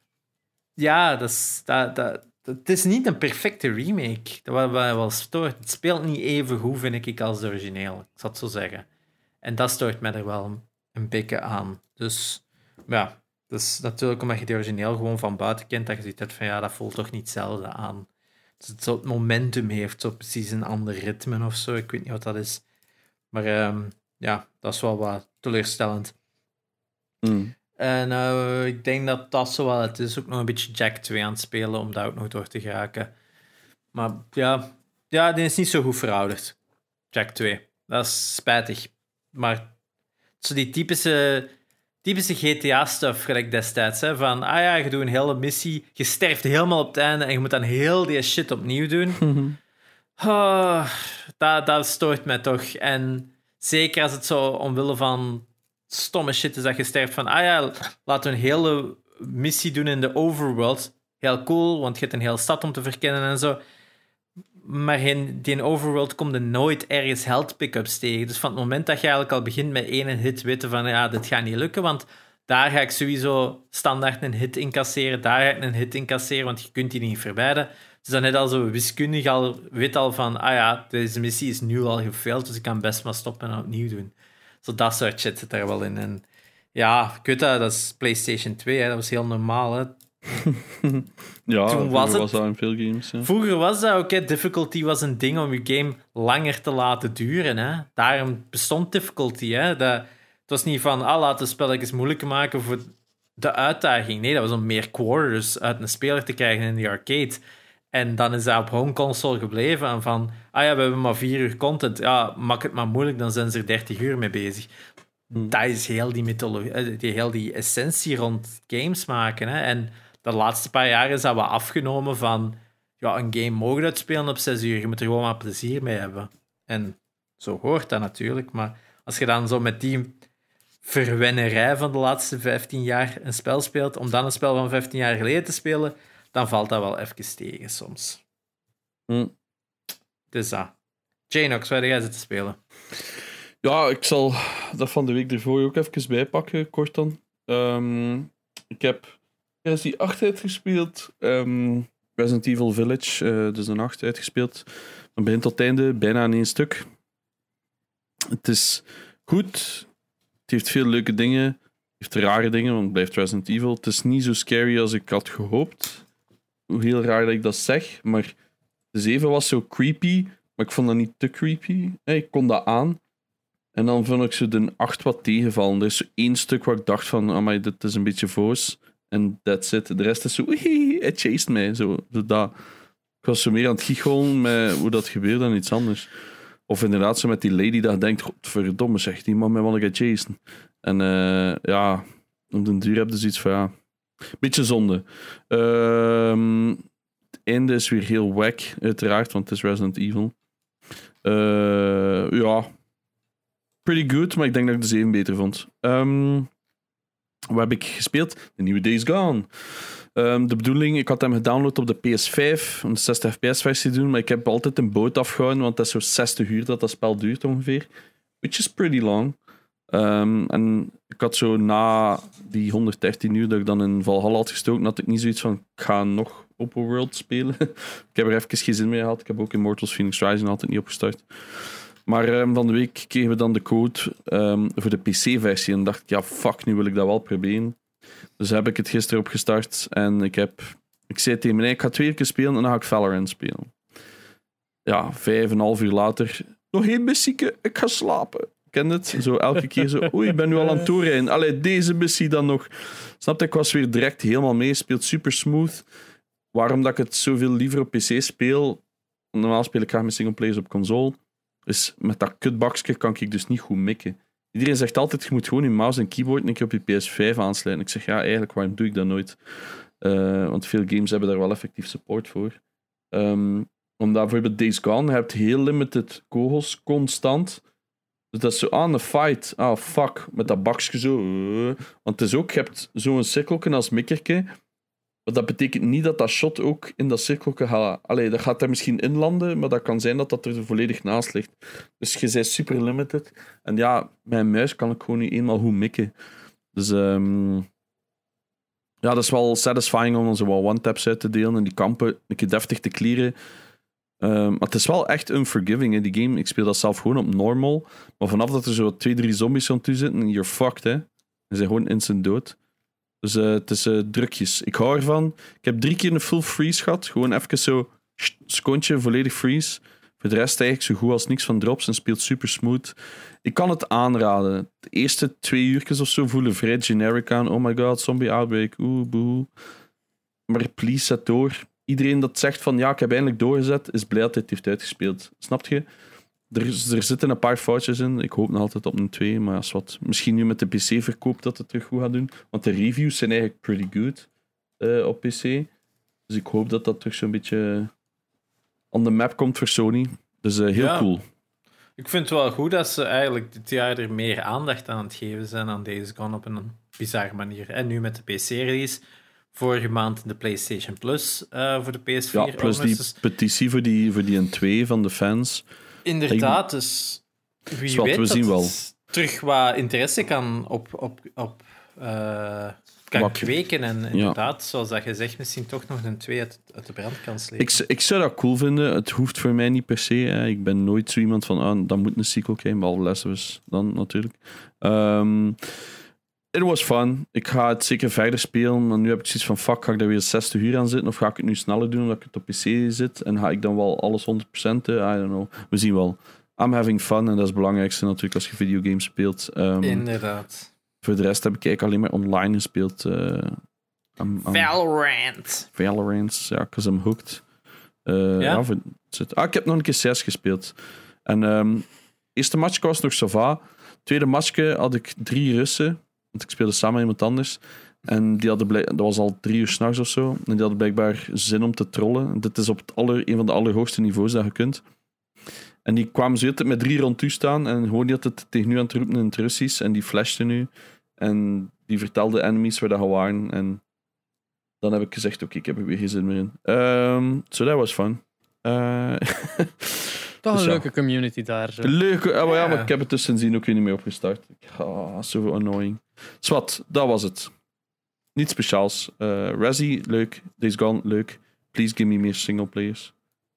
ja, dat is, dat, dat, dat, het is niet een perfecte remake. Dat was wel stoort. Het speelt niet even goed, vind ik, als de originele. Ik zal het zo zeggen. En dat stoort mij er wel een, een beetje aan. Dus ja, dat is natuurlijk omdat je de origineel gewoon van buiten kent, dat je ziet dat van ja, dat voelt toch niet hetzelfde aan. Dus het zo het momentum heeft, zo precies een ander ritme of zo. Ik weet niet wat dat is. Maar um, ja, dat is wel wat teleurstellend. Mm. En uh, ik denk dat dat zo wel... Het is ook nog een beetje Jack twee aan het spelen, om daar ook nog door te geraken. Maar ja, ja, die is niet zo goed verouderd. Jack twee. Dat is spijtig. Maar zo die typische, typische G T A-stuff, gelijk destijds. Hè, van, ah ja, je doet een hele missie, je sterft helemaal op het einde en je moet dan heel die shit opnieuw doen. Mm-hmm. Oh, dat, dat stoort mij toch. En zeker als het zo omwille van stomme shit is dat je sterft van, ah ja, laten we een hele missie doen in de overworld. Heel cool, want je hebt een hele stad om te verkennen en zo. Maar in die overworld komt er nooit ergens health pick-ups tegen. Dus van het moment dat je eigenlijk al begint met één hit weten van, ja, dit gaat niet lukken, want daar ga ik sowieso standaard een hit incasseren, daar ga ik een hit incasseren, want je kunt die niet vermijden. Dus dan net al zo wiskundig al weet al van, ah ja, deze missie is nu al gefailed, dus ik kan best maar stoppen en opnieuw doen. Zo dat soort shit zit er wel in. En ja, ik weet dat, dat is PlayStation twee, hè. Dat was heel normaal, hè. Ja, toen was, het, was dat in veel games. Ja. Vroeger was dat ook, hè. Difficulty was een ding om je game langer te laten duren, hè. Daarom bestond difficulty, hè. Dat, het was niet van, ah, laten we spelletjes moeilijker maken voor de uitdaging. Nee, dat was om meer quarters uit een speler te krijgen in de arcade. En dan is dat op home console gebleven. En van, ah ja, we hebben maar vier uur content. Ja, maak het maar moeilijk, dan zijn ze er dertig uur mee bezig. Hmm. Dat is heel die mythologie, die, heel die essentie rond games maken. Hè. En de laatste paar jaar is dat wat afgenomen van, ja, een game mogen uitspelen op zes uur. Je moet er gewoon maar plezier mee hebben. En zo hoort dat natuurlijk. Maar als je dan zo met die verwennerij van de laatste vijftien jaar een spel speelt, om dan een spel van vijftien jaar geleden te spelen, dan valt dat wel even tegen soms. Mm. Dus dat. Janox, waar ga jij zitten spelen? Ja, ik zal dat van de week ervoor ook even bijpakken, kort dan. Um, ik heb Resident acht uitgespeeld. Um, Resident Evil Village, uh, dus een acht uitgespeeld. Van begin tot het einde, bijna in één stuk. Het is goed. Het heeft veel leuke dingen. Het heeft rare dingen, want het blijft Resident Evil. Het is niet zo scary als ik had gehoopt. hoe heel raar dat ik dat zeg, maar de zeven was zo creepy, maar ik vond dat niet te creepy. Hey, ik kon dat aan. En dan vond ik zo de acht wat tegenvallen. Er is zo één stuk waar ik dacht van, amai, dit is een beetje voos. En that's it. De rest is zo, oei, het chased mij. Zo, zo dat. Ik was zo meer aan het giechelen met hoe dat gebeurde dan iets anders. Of inderdaad zo met die lady dat denkt, godverdomme zeg, die man mij wel gaan chasen. En uh, ja, op den duur heb je zoiets van, ja, beetje zonde. Uh, het einde is weer heel wack, uiteraard, want het is Resident Evil. Uh, ja, pretty good, maar ik denk dat ik de zeven beter vond. Um, wat heb ik gespeeld? De nieuwe Days Gone. Um, de bedoeling, ik had hem gedownload op de P S vijf, om de zestig F P S versie te doen, maar ik heb altijd een boot afgehouden, want dat is zo zestig uur dat dat spel duurt ongeveer. Which is pretty long. Um, en ik had zo na die honderddertien uur dat ik dan in Valhalla had gestoken, had ik niet zoiets van, ik ga nog open world spelen. Ik heb er even geen zin mee gehad. Ik heb ook Immortals Phoenix Rising altijd niet opgestart. Maar um, van de week kregen we dan de code um, voor de P C-versie en dacht ik, ja fuck, nu wil ik dat wel proberen. Dus heb ik het gisteren opgestart en ik heb... Ik zei tegen mij, ik ga twee keer spelen en dan ga ik Valorant spelen. Ja, vijf en een half uur later, nog één missieke, ik ga slapen. Ken het? Zo elke keer zo, oei, ik ben nu al aan het doorrijden. Allee, deze missie dan nog. Snap je, ik was weer direct helemaal mee, speelt super smooth. Waarom dat ik het zoveel liever op P C speel, normaal speel ik graag met singleplayers op console, is met dat kutbakje kan ik dus niet goed mikken. Iedereen zegt altijd, je moet gewoon je mouse en keyboard een keer op je P S vijf aansluiten. Ik zeg, ja, eigenlijk, waarom doe ik dat nooit? Uh, want veel games hebben daar wel effectief support voor. Um, omdat bijvoorbeeld Days Gone, je hebt heel limited kogels, constant. Dus dat is zo aan de fight. Ah, fuck. Met dat bakje zo. Uh. Want het is ook, je hebt zo'n cirkelken als mikkerke. Maar dat betekent niet dat dat shot ook in dat cirkelken gaat... Allee, dat gaat er misschien in landen, maar dat kan zijn dat dat er volledig naast ligt. Dus je bent super limited. En ja, met een muis kan ik gewoon niet eenmaal goed mikken. Dus um, ja, dat is wel satisfying om zo wel one-taps uit te delen en die kampen een keer deftig te clearen. Um, maar het is wel echt unforgiving, hè, die game. Ik speel dat zelf gewoon op normal. Maar vanaf dat er zo twee, drie zombies aan toe zitten, you're fucked, hè. Je bent gewoon instant dood. Dus uh, het is uh, drukjes. Ik hou ervan. Ik heb drie keer een full freeze gehad. Gewoon even zo, secondje, volledig freeze. Voor de rest eigenlijk zo goed als niks van drops en speelt super smooth. Ik kan het aanraden. De eerste twee uurtjes of zo voelen vrij generic aan. Oh my god, zombie outbreak. Oeh, boe. Maar please, zet door. Iedereen dat zegt van ja, ik heb eindelijk doorgezet, is blij dat hij het heeft uitgespeeld. Snap je? Er, er zitten een paar foutjes in. Ik hoop nog altijd op een twee, maar als wat. Misschien nu met de P C-verkoop dat het terug goed gaat doen. Want de reviews zijn eigenlijk pretty good uh, op P C. Dus ik hoop dat dat terug zo'n beetje on the map komt voor Sony. Dus uh, heel ja. cool. Ik vind het wel goed dat ze eigenlijk dit jaar er meer aandacht aan het geven zijn aan Days Gone op een bizarre manier. En nu met de P C-release. Vorige maand de PlayStation Plus uh, voor de P S vier. Ja, plus die dus... petitie voor die, voor die N twee van de fans. Inderdaad, dus wie Zwat, weet we dat zien wel. Terug wat interesse kan op, op, op uh, kan Wak. kweken en inderdaad, ja. zoals dat je zegt, misschien toch nog een twee uit, uit de brand kan slepen. Ik, ik zou dat cool vinden. Het hoeft voor mij niet per se. Hè. Ik ben nooit zo iemand van, ah, dan moet een sequel komen, behalve Last of Us dan natuurlijk. Um, It was fun. Ik ga het zeker verder spelen. Maar nu heb ik zoiets van, fuck, ga ik daar weer zestig uur aan zitten? Of ga ik het nu sneller doen omdat ik het op P C zit? En ga ik dan wel alles honderd procent? I don't know. We zien wel. I'm having fun. En dat is het belangrijkste natuurlijk als je videogames speelt. Um, Inderdaad. Voor de rest heb ik eigenlijk alleen maar online gespeeld. Uh, I'm, I'm Valorant. Valorant, ja, because I'm hooked. Uh, ja? Ja, voor, ah, ik heb nog een keer C S gespeeld. En um, eerste match was nog ça va. Tweede matchje had ik drie Russen. Want ik speelde samen met iemand anders. En die hadden blijk- dat was al drie uur 's nachts of zo. En die hadden blijkbaar zin om te trollen. En dit is op het aller, een van de allerhoogste niveaus dat je kunt. En die kwamen zo met drie rond u staan. En gewoon die had het tegen nu aan het roepen in het Russisch. En die flashte nu. En die vertelde enemies waar dat we waren. En dan heb ik gezegd, oké, okay, ik heb er weer geen zin meer in. Um, so that was fun. Uh, Toch een dus leuke ja. community daar. Zo. Leuke, oh, maar ja, maar ik heb het dus sindsdien ook weer niet meer opgestart. Oh, zo annoying. Zwat, dat was het. Niets speciaals. Uh, Resi, leuk. Days Gone, leuk. Please give me meer singleplayers.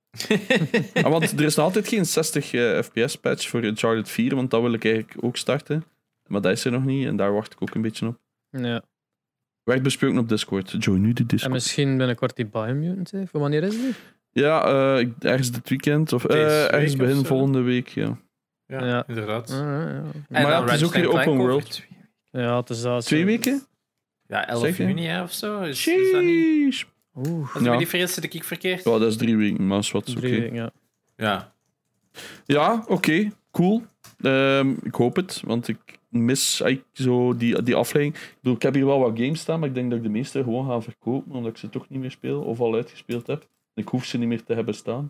ah, want er is nog altijd geen zestig uh, F P S-patch voor Uncharted vier, want dat wil ik eigenlijk ook starten. Maar dat is er nog niet en daar wacht ik ook een beetje op. Ja. Werd besproken op Discord. Join nu de Discord. En misschien binnenkort die Biomutant. Hè? Voor wanneer is die? Ja, uh, ergens dit weekend. Of uh, ergens begin volgende week, ja. Ja, ja. inderdaad. Ah, ja, ja. Maar ja, het is ook weer open world. Ja, het is dat. Twee weken? Ja, elf juni hè, of zo. Is, is dat niet... Oeh. Als ik me niet vergis, zit ik verkeerd. Ja, dat is drie weken, maar is wat. Drie Okay. weken, ja. Ja, ja oké. Okay, cool. Um, ik hoop het, want ik mis eigenlijk zo die, die afleiding. Ik bedoel, ik heb hier wel wat games staan, maar ik denk dat ik de meeste gewoon ga verkopen, omdat ik ze toch niet meer speel of al uitgespeeld heb. Ik hoef ze niet meer te hebben staan.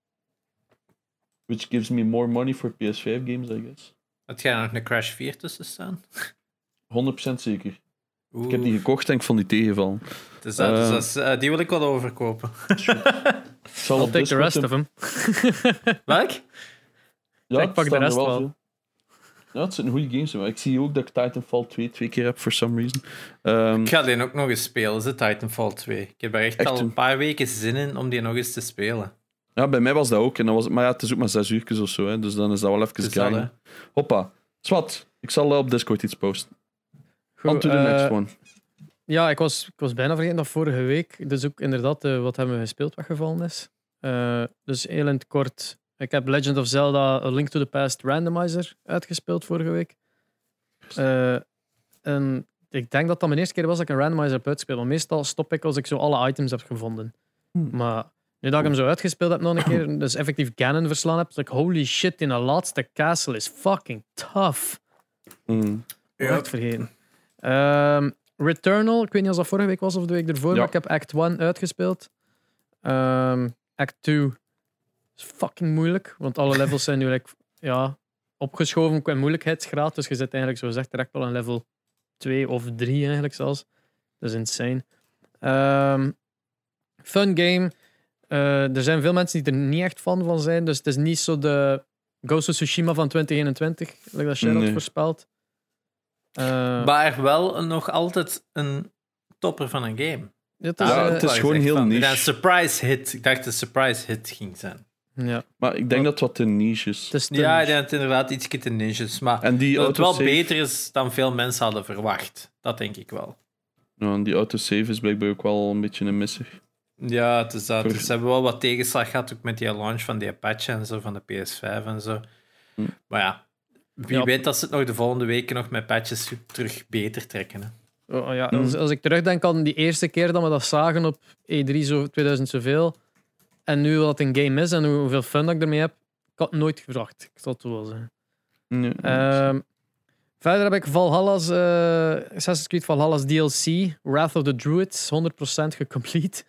Which gives me more money for P S vijf games, I guess. Had jij nog een Crash vier tussen staan? honderd procent zeker. Oeh. Ik heb die gekocht en ik vond die tegenvallen. Dus, dat, uh, dus dat is, uh, die wil ik wel overkopen. I'll take the rest of them. Welk? Ja, ik pak de rest wel. wel. Ja, het zijn goede games, maar ik zie ook dat ik Titanfall twee twee keer heb, for some reason. Um, ik ga die ook nog eens spelen, is het Titanfall twee. Ik heb er echt, echt al een paar weken zin in om die nog eens te spelen. Ja, bij mij was dat ook. En dan was het, maar ja, het is ook maar zes uurtjes of zo, hè, dus dan is dat wel even gaan. Hoppa. Swat, ik zal op Discord iets posten. Goed, on to the uh, next one. Ja, ik was, ik was bijna vergeten dat vorige week dus ook inderdaad uh, wat hebben we gespeeld weggevallen is. Uh, dus heel in het kort. Ik heb Legend of Zelda A Link to the Past Randomizer uitgespeeld vorige week. Uh, en ik denk dat dat mijn eerste keer was dat ik een randomizer heb uitgespeeld. Want meestal stop ik als ik zo alle items heb gevonden. Hmm. Maar nu dat ik hem zo uitgespeeld heb nog een keer, dus effectief Ganon verslaan heb, like holy shit, in de laatste castle is fucking tough. Hmm. Ja. Echt vergeten. Um, Returnal, ik weet niet of dat vorige week was of de week ervoor, ja. Maar ik heb Act één uitgespeeld. Um, Act twee is fucking moeilijk, want alle levels zijn nu like, ja, opgeschoven qua moeilijkheidsgraad, dus je zit eigenlijk zo gezegd direct al een level twee of drie eigenlijk zelfs. Dat is insane. Um, fun game. Uh, er zijn veel mensen die er niet echt fan van zijn, dus het is niet zo de Ghost of Tsushima van twintig eenentwintig, like dat Sharon nee. voorspelt. Uh, maar wel nog altijd een topper van een game. Het is, ja, uh, het is gewoon heel van. niche. Een surprise hit. Ik dacht dat het een surprise hit ging zijn. Ja. Maar ik denk maar, dat het wat te niche is. is te ja, ik denk dat het inderdaad iets te niche is. Maar en die dat het wel beter is dan veel mensen hadden verwacht. Dat denk ik wel. Ja, en die autosave is blijkbaar ook wel een beetje een misser. Ja, het is dat. Dus ze hebben wel wat tegenslag gehad, ook met die launch van die Apache en zo, van de P S vijf en zo. Hm. Maar ja, wie ja. weet dat ze het nog de volgende weken nog met patches terug beter trekken. Hè. Oh, ja. als, als ik terugdenk aan die eerste keer dat we dat zagen op E drie zo tweeduizend zoveel, en nu wat een game is en hoeveel fun dat ik ermee heb, ik had het nooit gebracht. Ik zal het wel zeggen. Nee, um, verder heb ik Valhalla's, uh, Assassin's Creed Valhalla's D L C, Wrath of the Druids, honderd procent gecomplete.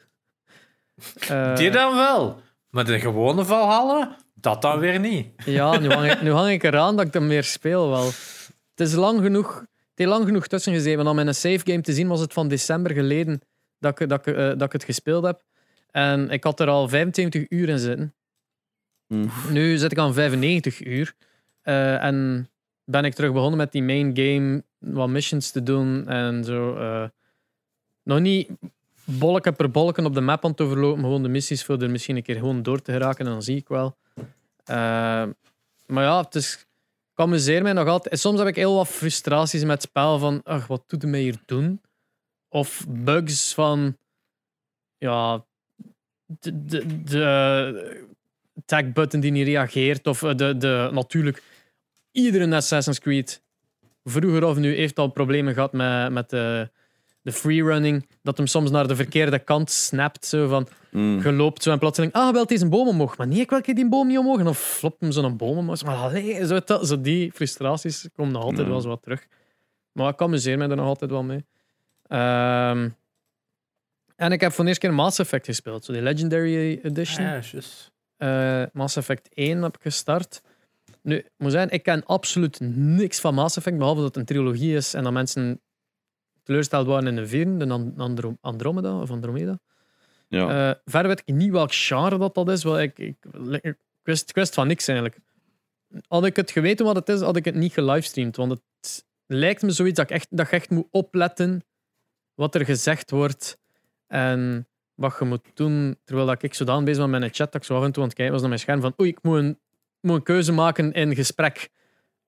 Uh, die dan wel, maar de gewone Valhalla, dat dan weer niet. Ja, nu hang ik, nu hang ik eraan dat ik hem meer speel wel. Het is lang genoeg, het heeft lang genoeg tussen gezeten. Want om in een save game te zien was het van december geleden dat ik, dat ik, uh, dat ik het gespeeld heb. En ik had er al vijfenzeventig uur in zitten. Mm. Nu zit ik aan vijfennegentig uur. Uh, en ben ik terug begonnen met die main game, wat missions te doen en zo. Uh, nog niet bolken per bolken op de map aan het overlopen, gewoon de missies voor er misschien een keer gewoon door te geraken en dan zie ik wel. Uh, maar ja, het is, ik amuseer mij nog altijd. Soms heb ik heel wat frustraties met het spel van, ach, wat doet het mij hier doen? Of bugs van, ja, de, de, de tag button die niet reageert, of de, de, natuurlijk, iedere Assassin's Creed, vroeger of nu, heeft al problemen gehad met, met de, de freerunning, dat hem soms naar de verkeerde kant snapt, zo van, mm. je loopt zo en plotseling, ah, wel, deze boom omhoog, maar nee, ik wil die boom niet omhoog, en dan flopt hem zo'n boom omhoog, maar allee, zo, dat, zo die frustraties komen nog altijd mm. wel eens wat terug. Maar ik amuseer mij er nog altijd wel mee. Um, en ik heb voor de eerste keer Mass Effect gespeeld, zo die Legendary Edition. Ah, ja, just. Uh, Mass Effect één heb ik gestart. Nu, ik moet zeggen, ik ken absoluut niks van Mass Effect, behalve dat het een trilogie is en dat mensen teleurgesteld waren in de vierde, de Andro- Andromeda of Andromeda. Ja. Uh, verder weet ik niet welk genre dat, dat is. Wel, ik, ik, ik, wist, ik wist van niks eigenlijk. Had ik het geweten wat het is, had ik het niet gelivestreamd. Want het lijkt me zoiets dat, ik echt, dat je echt moet opletten wat er gezegd wordt en wat je moet doen. Terwijl dat ik zodanig bezig was met mijn chat, dat ik zo af en toe aan het kijken was naar mijn scherm van oei, ik moet een, moet een keuze maken in gesprek.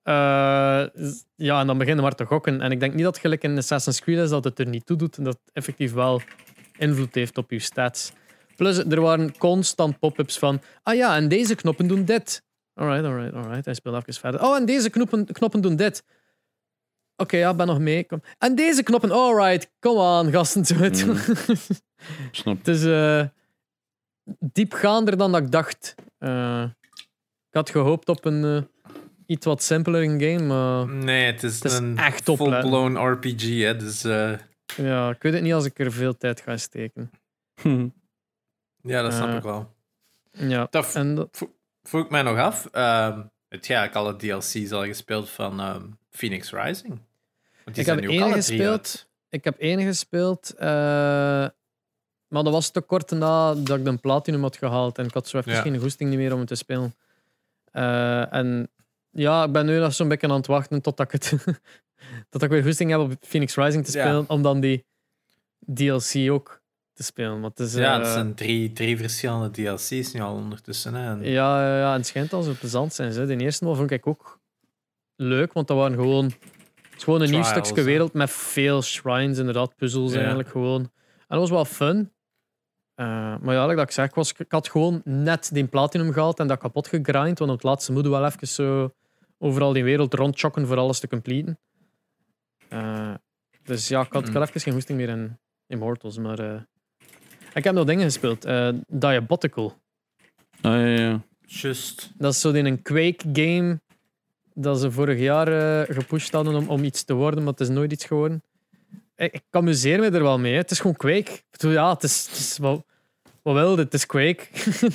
Uh, ja, en dan beginnen we maar te gokken. En ik denk niet dat het gelijk in Assassin's Creed is dat het er niet toe doet en dat het effectief wel invloed heeft op je stats. Plus, er waren constant pop-ups van ah ja, en deze knoppen doen dit. Alright, alright, alright. Hij speelt even verder. Oh, en deze knoppen, knoppen doen dit. Oké, okay, ja, ben nog mee. Kom. En deze knoppen, alright, kom aan, gasten. Mm. Snap. Het is uh, diepgaander dan dat ik dacht. Uh, ik had gehoopt op een uh, iets wat simpeler game, maar... Nee, het is, het is een echt full-blown R P G, hè, dus... Uh... Ja, ik weet het niet als ik er veel tijd ga steken. Hm. Ja, dat snap uh, ik wel. Ja, dat en dat... vroeg ik mij nog af. Uh, het ja, ik al het D L C's al gespeeld van um, Phoenix Rising. Want die ik heb één gespeeld. Ik heb één gespeeld, uh, maar dat was te kort nadat ik de Platinum had gehaald. En ik had zo even ja. geen goesting niet meer om het te spelen. Uh, en ja, ik ben nu nog zo'n beetje aan het wachten totdat ik, het tot ik weer goesting heb op Phoenix Rising te spelen, ja. om dan die D L C ook te spelen. Maar het is, ja, uh, het zijn drie, drie verschillende D L C's nu al ondertussen. Hè. En... Ja, ja, en het schijnt al zo plezant zijn. Hè. De eerste vond ik ook leuk, want dat waren gewoon... Het is gewoon een Trials, nieuw stukje wereld met veel shrines, inderdaad, puzzels ja. eigenlijk gewoon. En dat was wel fun. Uh, maar ja, like dat ik zeg, ik, was, ik had gewoon net die platinum gehaald en dat kapot gegrind, want op het laatste moeten we wel even zo overal die wereld rondchokken voor alles te completen. Uh, dus ja, ik had, ik had even geen goesting meer in Immortals, maar... Uh, ik heb nog dingen gespeeld. Uh, Diabotical. Ah, ja, ja. Just. Dat is zo in een Quake-game dat ze vorig jaar uh, gepusht hadden om, om iets te worden, maar het is nooit iets geworden. Ik, ik amuseer me er wel mee. Hè. Het is gewoon Quake. Bedoel, ja, het is, het is wat, wat wil dit? Het is Quake.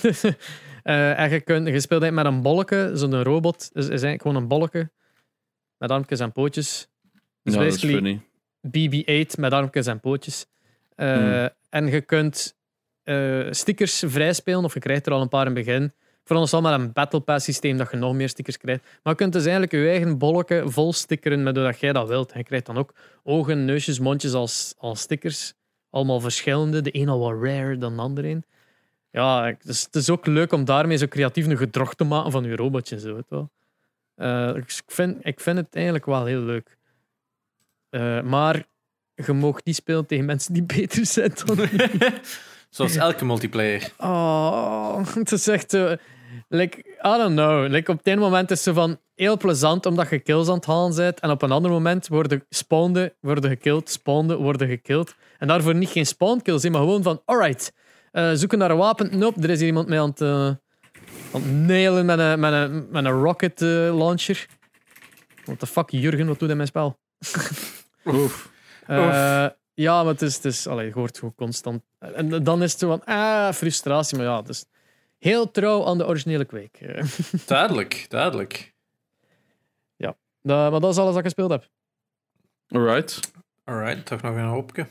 uh, en je, kunt, je speelt eigenlijk met een bolletje, zo'n robot. Is, is eigenlijk gewoon een bolletje met armpjes en pootjes. Dus ja, basically B B eight met armpjes en pootjes. Uh, hmm. En je kunt uh, stickers vrijspelen, of je krijgt er al een paar in het begin. Vooral met een Battle Pass systeem dat je nog meer stickers krijgt. Maar je kunt dus eigenlijk je eigen bolletje vol stickeren met dat jij dat wilt. Je krijgt dan ook ogen, neusjes, mondjes als, als stickers. Allemaal verschillende. De een al wat rare dan de andere een. Ja, dus het is ook leuk om daarmee zo creatief een gedrocht te maken van je robotje. Zo, weet wel. Uh, ik, vind, ik vind het eigenlijk wel heel leuk. Uh, maar je mag niet spelen tegen mensen die beter zijn dan zoals elke multiplayer. Oh, het is echt zo... Like, I don't know. Like, op het ene moment is het zo van heel plezant omdat je kills aan het halen bent. En op een ander moment worden spawnden, worden gekilld, spawnden, worden gekilld. En daarvoor niet geen spawn kills, maar gewoon van alright, uh, zoeken naar een wapen. Nope, er is hier iemand mee aan het, uh, aan het nailen met een, met een, met een rocket uh, launcher. What the fuck, Jurgen, wat doet hij in mijn spel? Oef. Uh, ja, maar het is... Het is allee, je hoort gewoon constant... En dan is het zo van... Ah, frustratie. Maar ja, het is heel trouw aan de originele Quake. Duidelijk, duidelijk. Ja, dat, maar dat is alles wat ik gespeeld heb. Alright. Alright, toch nog een hoopje.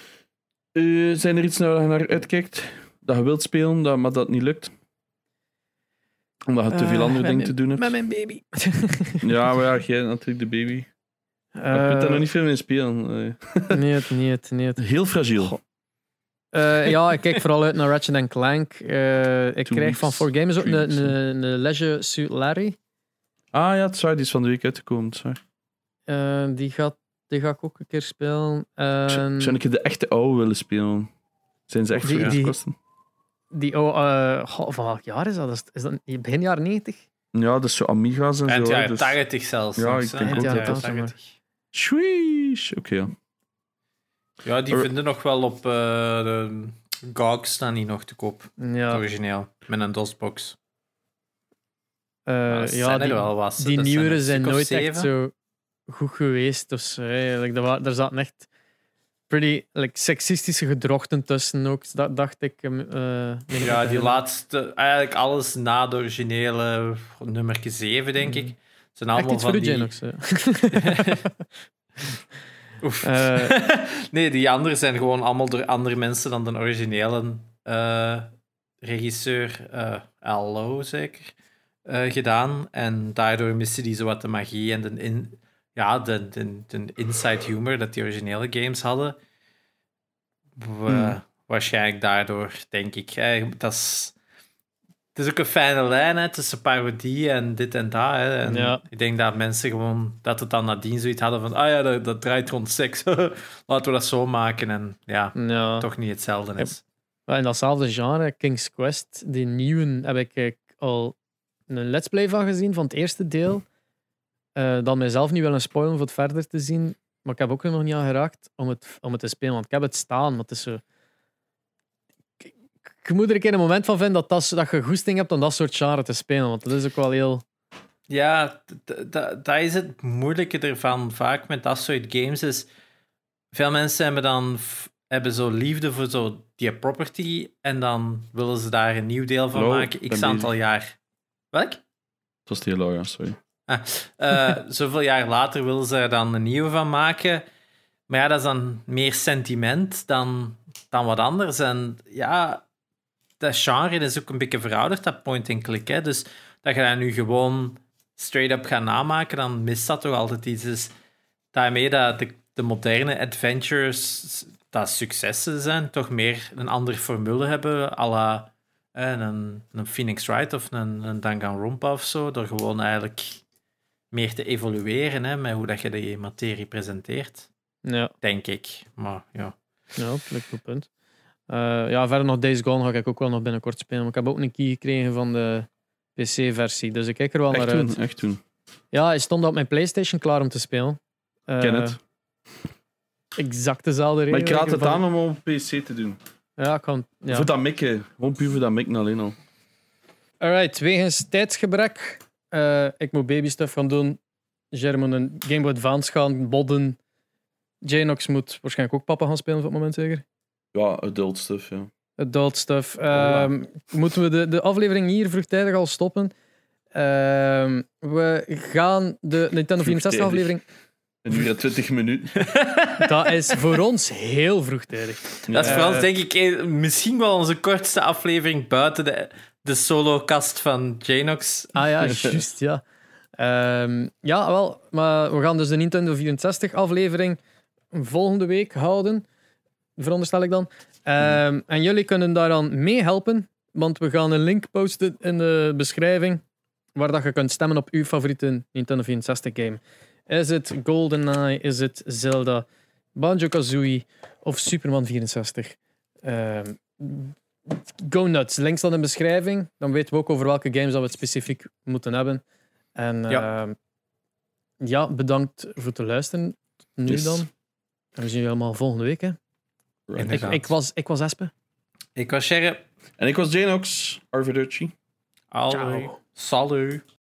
Uh, zijn er iets waar je naar uitkijkt? Dat je wilt spelen, dat, maar dat niet lukt? Omdat je te veel andere uh, dingen te doen hebt? Met mijn baby. Ja, maar ja, jij natuurlijk de baby. Uh, ik moet daar nog niet veel mee spelen. Uh. Niet, niet, niet. Heel fragiel. Uh, ja, ik kijk vooral uit naar Ratchet and Clank. Uh, ik Two krijg weeks, van four Gamers ook een, een, een Leisure Suit Larry. Ah ja, sorry, die is van de week uitgekomen. Uh, die, gaat, die ga ik ook een keer spelen. Uh, Zou ik de echte oude willen spelen? Zijn ze echt die, die, kosten? Die oude... Uh, van welk jaar is dat? Is, is dat begin jaren negentig? Ja, dat is zo Amiga's en, en zo. Ja, dus... tachtig zelfs. Ja, ik denk ook ja, dat dat Sweesh. Oké, okay, ja. Ja, die vinden nog wel op uh, de G O G staan die nog te koop. Ja. Origineel. Met een DOS-box. Uh, ja, die, wel was, die nieuwere zijn, zijn nooit zeven. Echt zo goed geweest. Dus, hey, like, daar, daar zaten echt pretty like, seksistische gedrochten tussen ook. Dat dacht ik. Uh, ja, die laatste... Eigenlijk alles na de originele nummerke zeven, denk ik. Zijn allemaal echt iets van voor die... Jane ook, zo. Oef. Uh, nee, die anderen zijn gewoon allemaal door andere mensen dan de originele uh, regisseur, uh, L O zeker, uh, gedaan. En daardoor missen die zo wat de magie en de, in, ja, de, de, de inside humor dat die originele games hadden. We, hmm. Waarschijnlijk daardoor, denk ik. Uh, dat is... het is ook een fijne lijn hè, tussen parodie en dit en dat. Hè. En ja. Ik denk dat mensen gewoon, dat het dan nadien zoiets hadden van, ah ja, dat, dat draait rond seks. Laten we dat zo maken. En ja, ja. toch niet hetzelfde is. Ja, in datzelfde genre, King's Quest, die nieuwe, heb ik eh, al een let's play van gezien, van het eerste deel. Uh, dan mijzelf niet willen spoilen voor het verder te zien. Maar ik heb ook er nog niet aan geraakt om het, om het te spelen. Want ik heb het staan, maar het is zo... Je moet er een keer een moment van vinden dat, dat, dat je goesting hebt om dat soort genre te spelen. Want dat is ook wel heel... Ja, dat is het moeilijke ervan. Vaak met dat soort games is... Veel mensen hebben dan... hebben zo liefde voor zo die property en dan willen ze daar een nieuw deel van Hallo, maken. X aantal jaar. Welk? Dat was die Laura, sorry. Ah, uh, zoveel jaar later willen ze er dan een nieuwe van maken. Maar ja, dat is dan meer sentiment dan, dan wat anders. En ja, dat genre is ook een beetje verouderd, dat point-and-click. Hè? Dus dat je dat nu gewoon straight-up gaat namaken, dan mist dat toch altijd iets. Dus daarmee dat de, de moderne adventures, dat successen zijn, toch meer een andere formule hebben, à la eh, een, een Phoenix Wright of een, een Danganronpa of zo, door gewoon eigenlijk meer te evolueren hè, met hoe dat je die materie presenteert. Ja. Denk ik. Maar ja. Ja, dat lijkt me een punt. Uh, ja, verder nog Days Gone ga ik ook wel nog binnenkort spelen. Maar ik heb ook een key gekregen van de P C-versie. Dus ik kijk er wel echt naar doen, uit. Echt doen. Ja, hij stond op mijn PlayStation klaar om te spelen. Uh, ken het. Exact dezelfde reden. Maar ik raad het aan om op P C te doen. Ja, ik kan... Ja. Voor dat mikken. Gewoon puur voor dat mikken alleen al. Alright, wegens tijdsgebrek. Uh, ik moet babystuff gaan doen. Jer moet een Game Boy Advance gaan bodden. Janox moet waarschijnlijk ook papa gaan spelen op het moment, zeker? Ja, adult stuff, ja. Adult stuff. Um, moeten we de, de aflevering hier vroegtijdig al stoppen? Um, we gaan de Nintendo vierenzestig aflevering... Een uur en twintig minuten. Dat is voor ons heel vroegtijdig. Dat is voor ons, denk ik, misschien wel onze kortste aflevering buiten de, de solo-kast van Janox. Ah ja, juist, ja. Um, ja, wel. Maar we gaan dus de Nintendo vierenzestig aflevering volgende week houden. Veronderstel ik dan. Um, en jullie kunnen daaraan meehelpen, want we gaan een link posten in de beschrijving waar dat je kunt stemmen op uw favoriete Nintendo vierenzestig game. Is het GoldenEye, is het Zelda, Banjo-Kazooie of Superman vierenzestig? Um, go nuts. Links dan in de beschrijving. Dan weten we ook over welke games dat we het specifiek moeten hebben. En ja, uh, ja bedankt voor het luisteren. Tot nu yes. dan. En we zien jullie allemaal volgende week. Hè. Right. Ik, ik, was, ik was Espe. Ik was Sherry. En ik was Janox. Arrivederci. Ciao. Salut.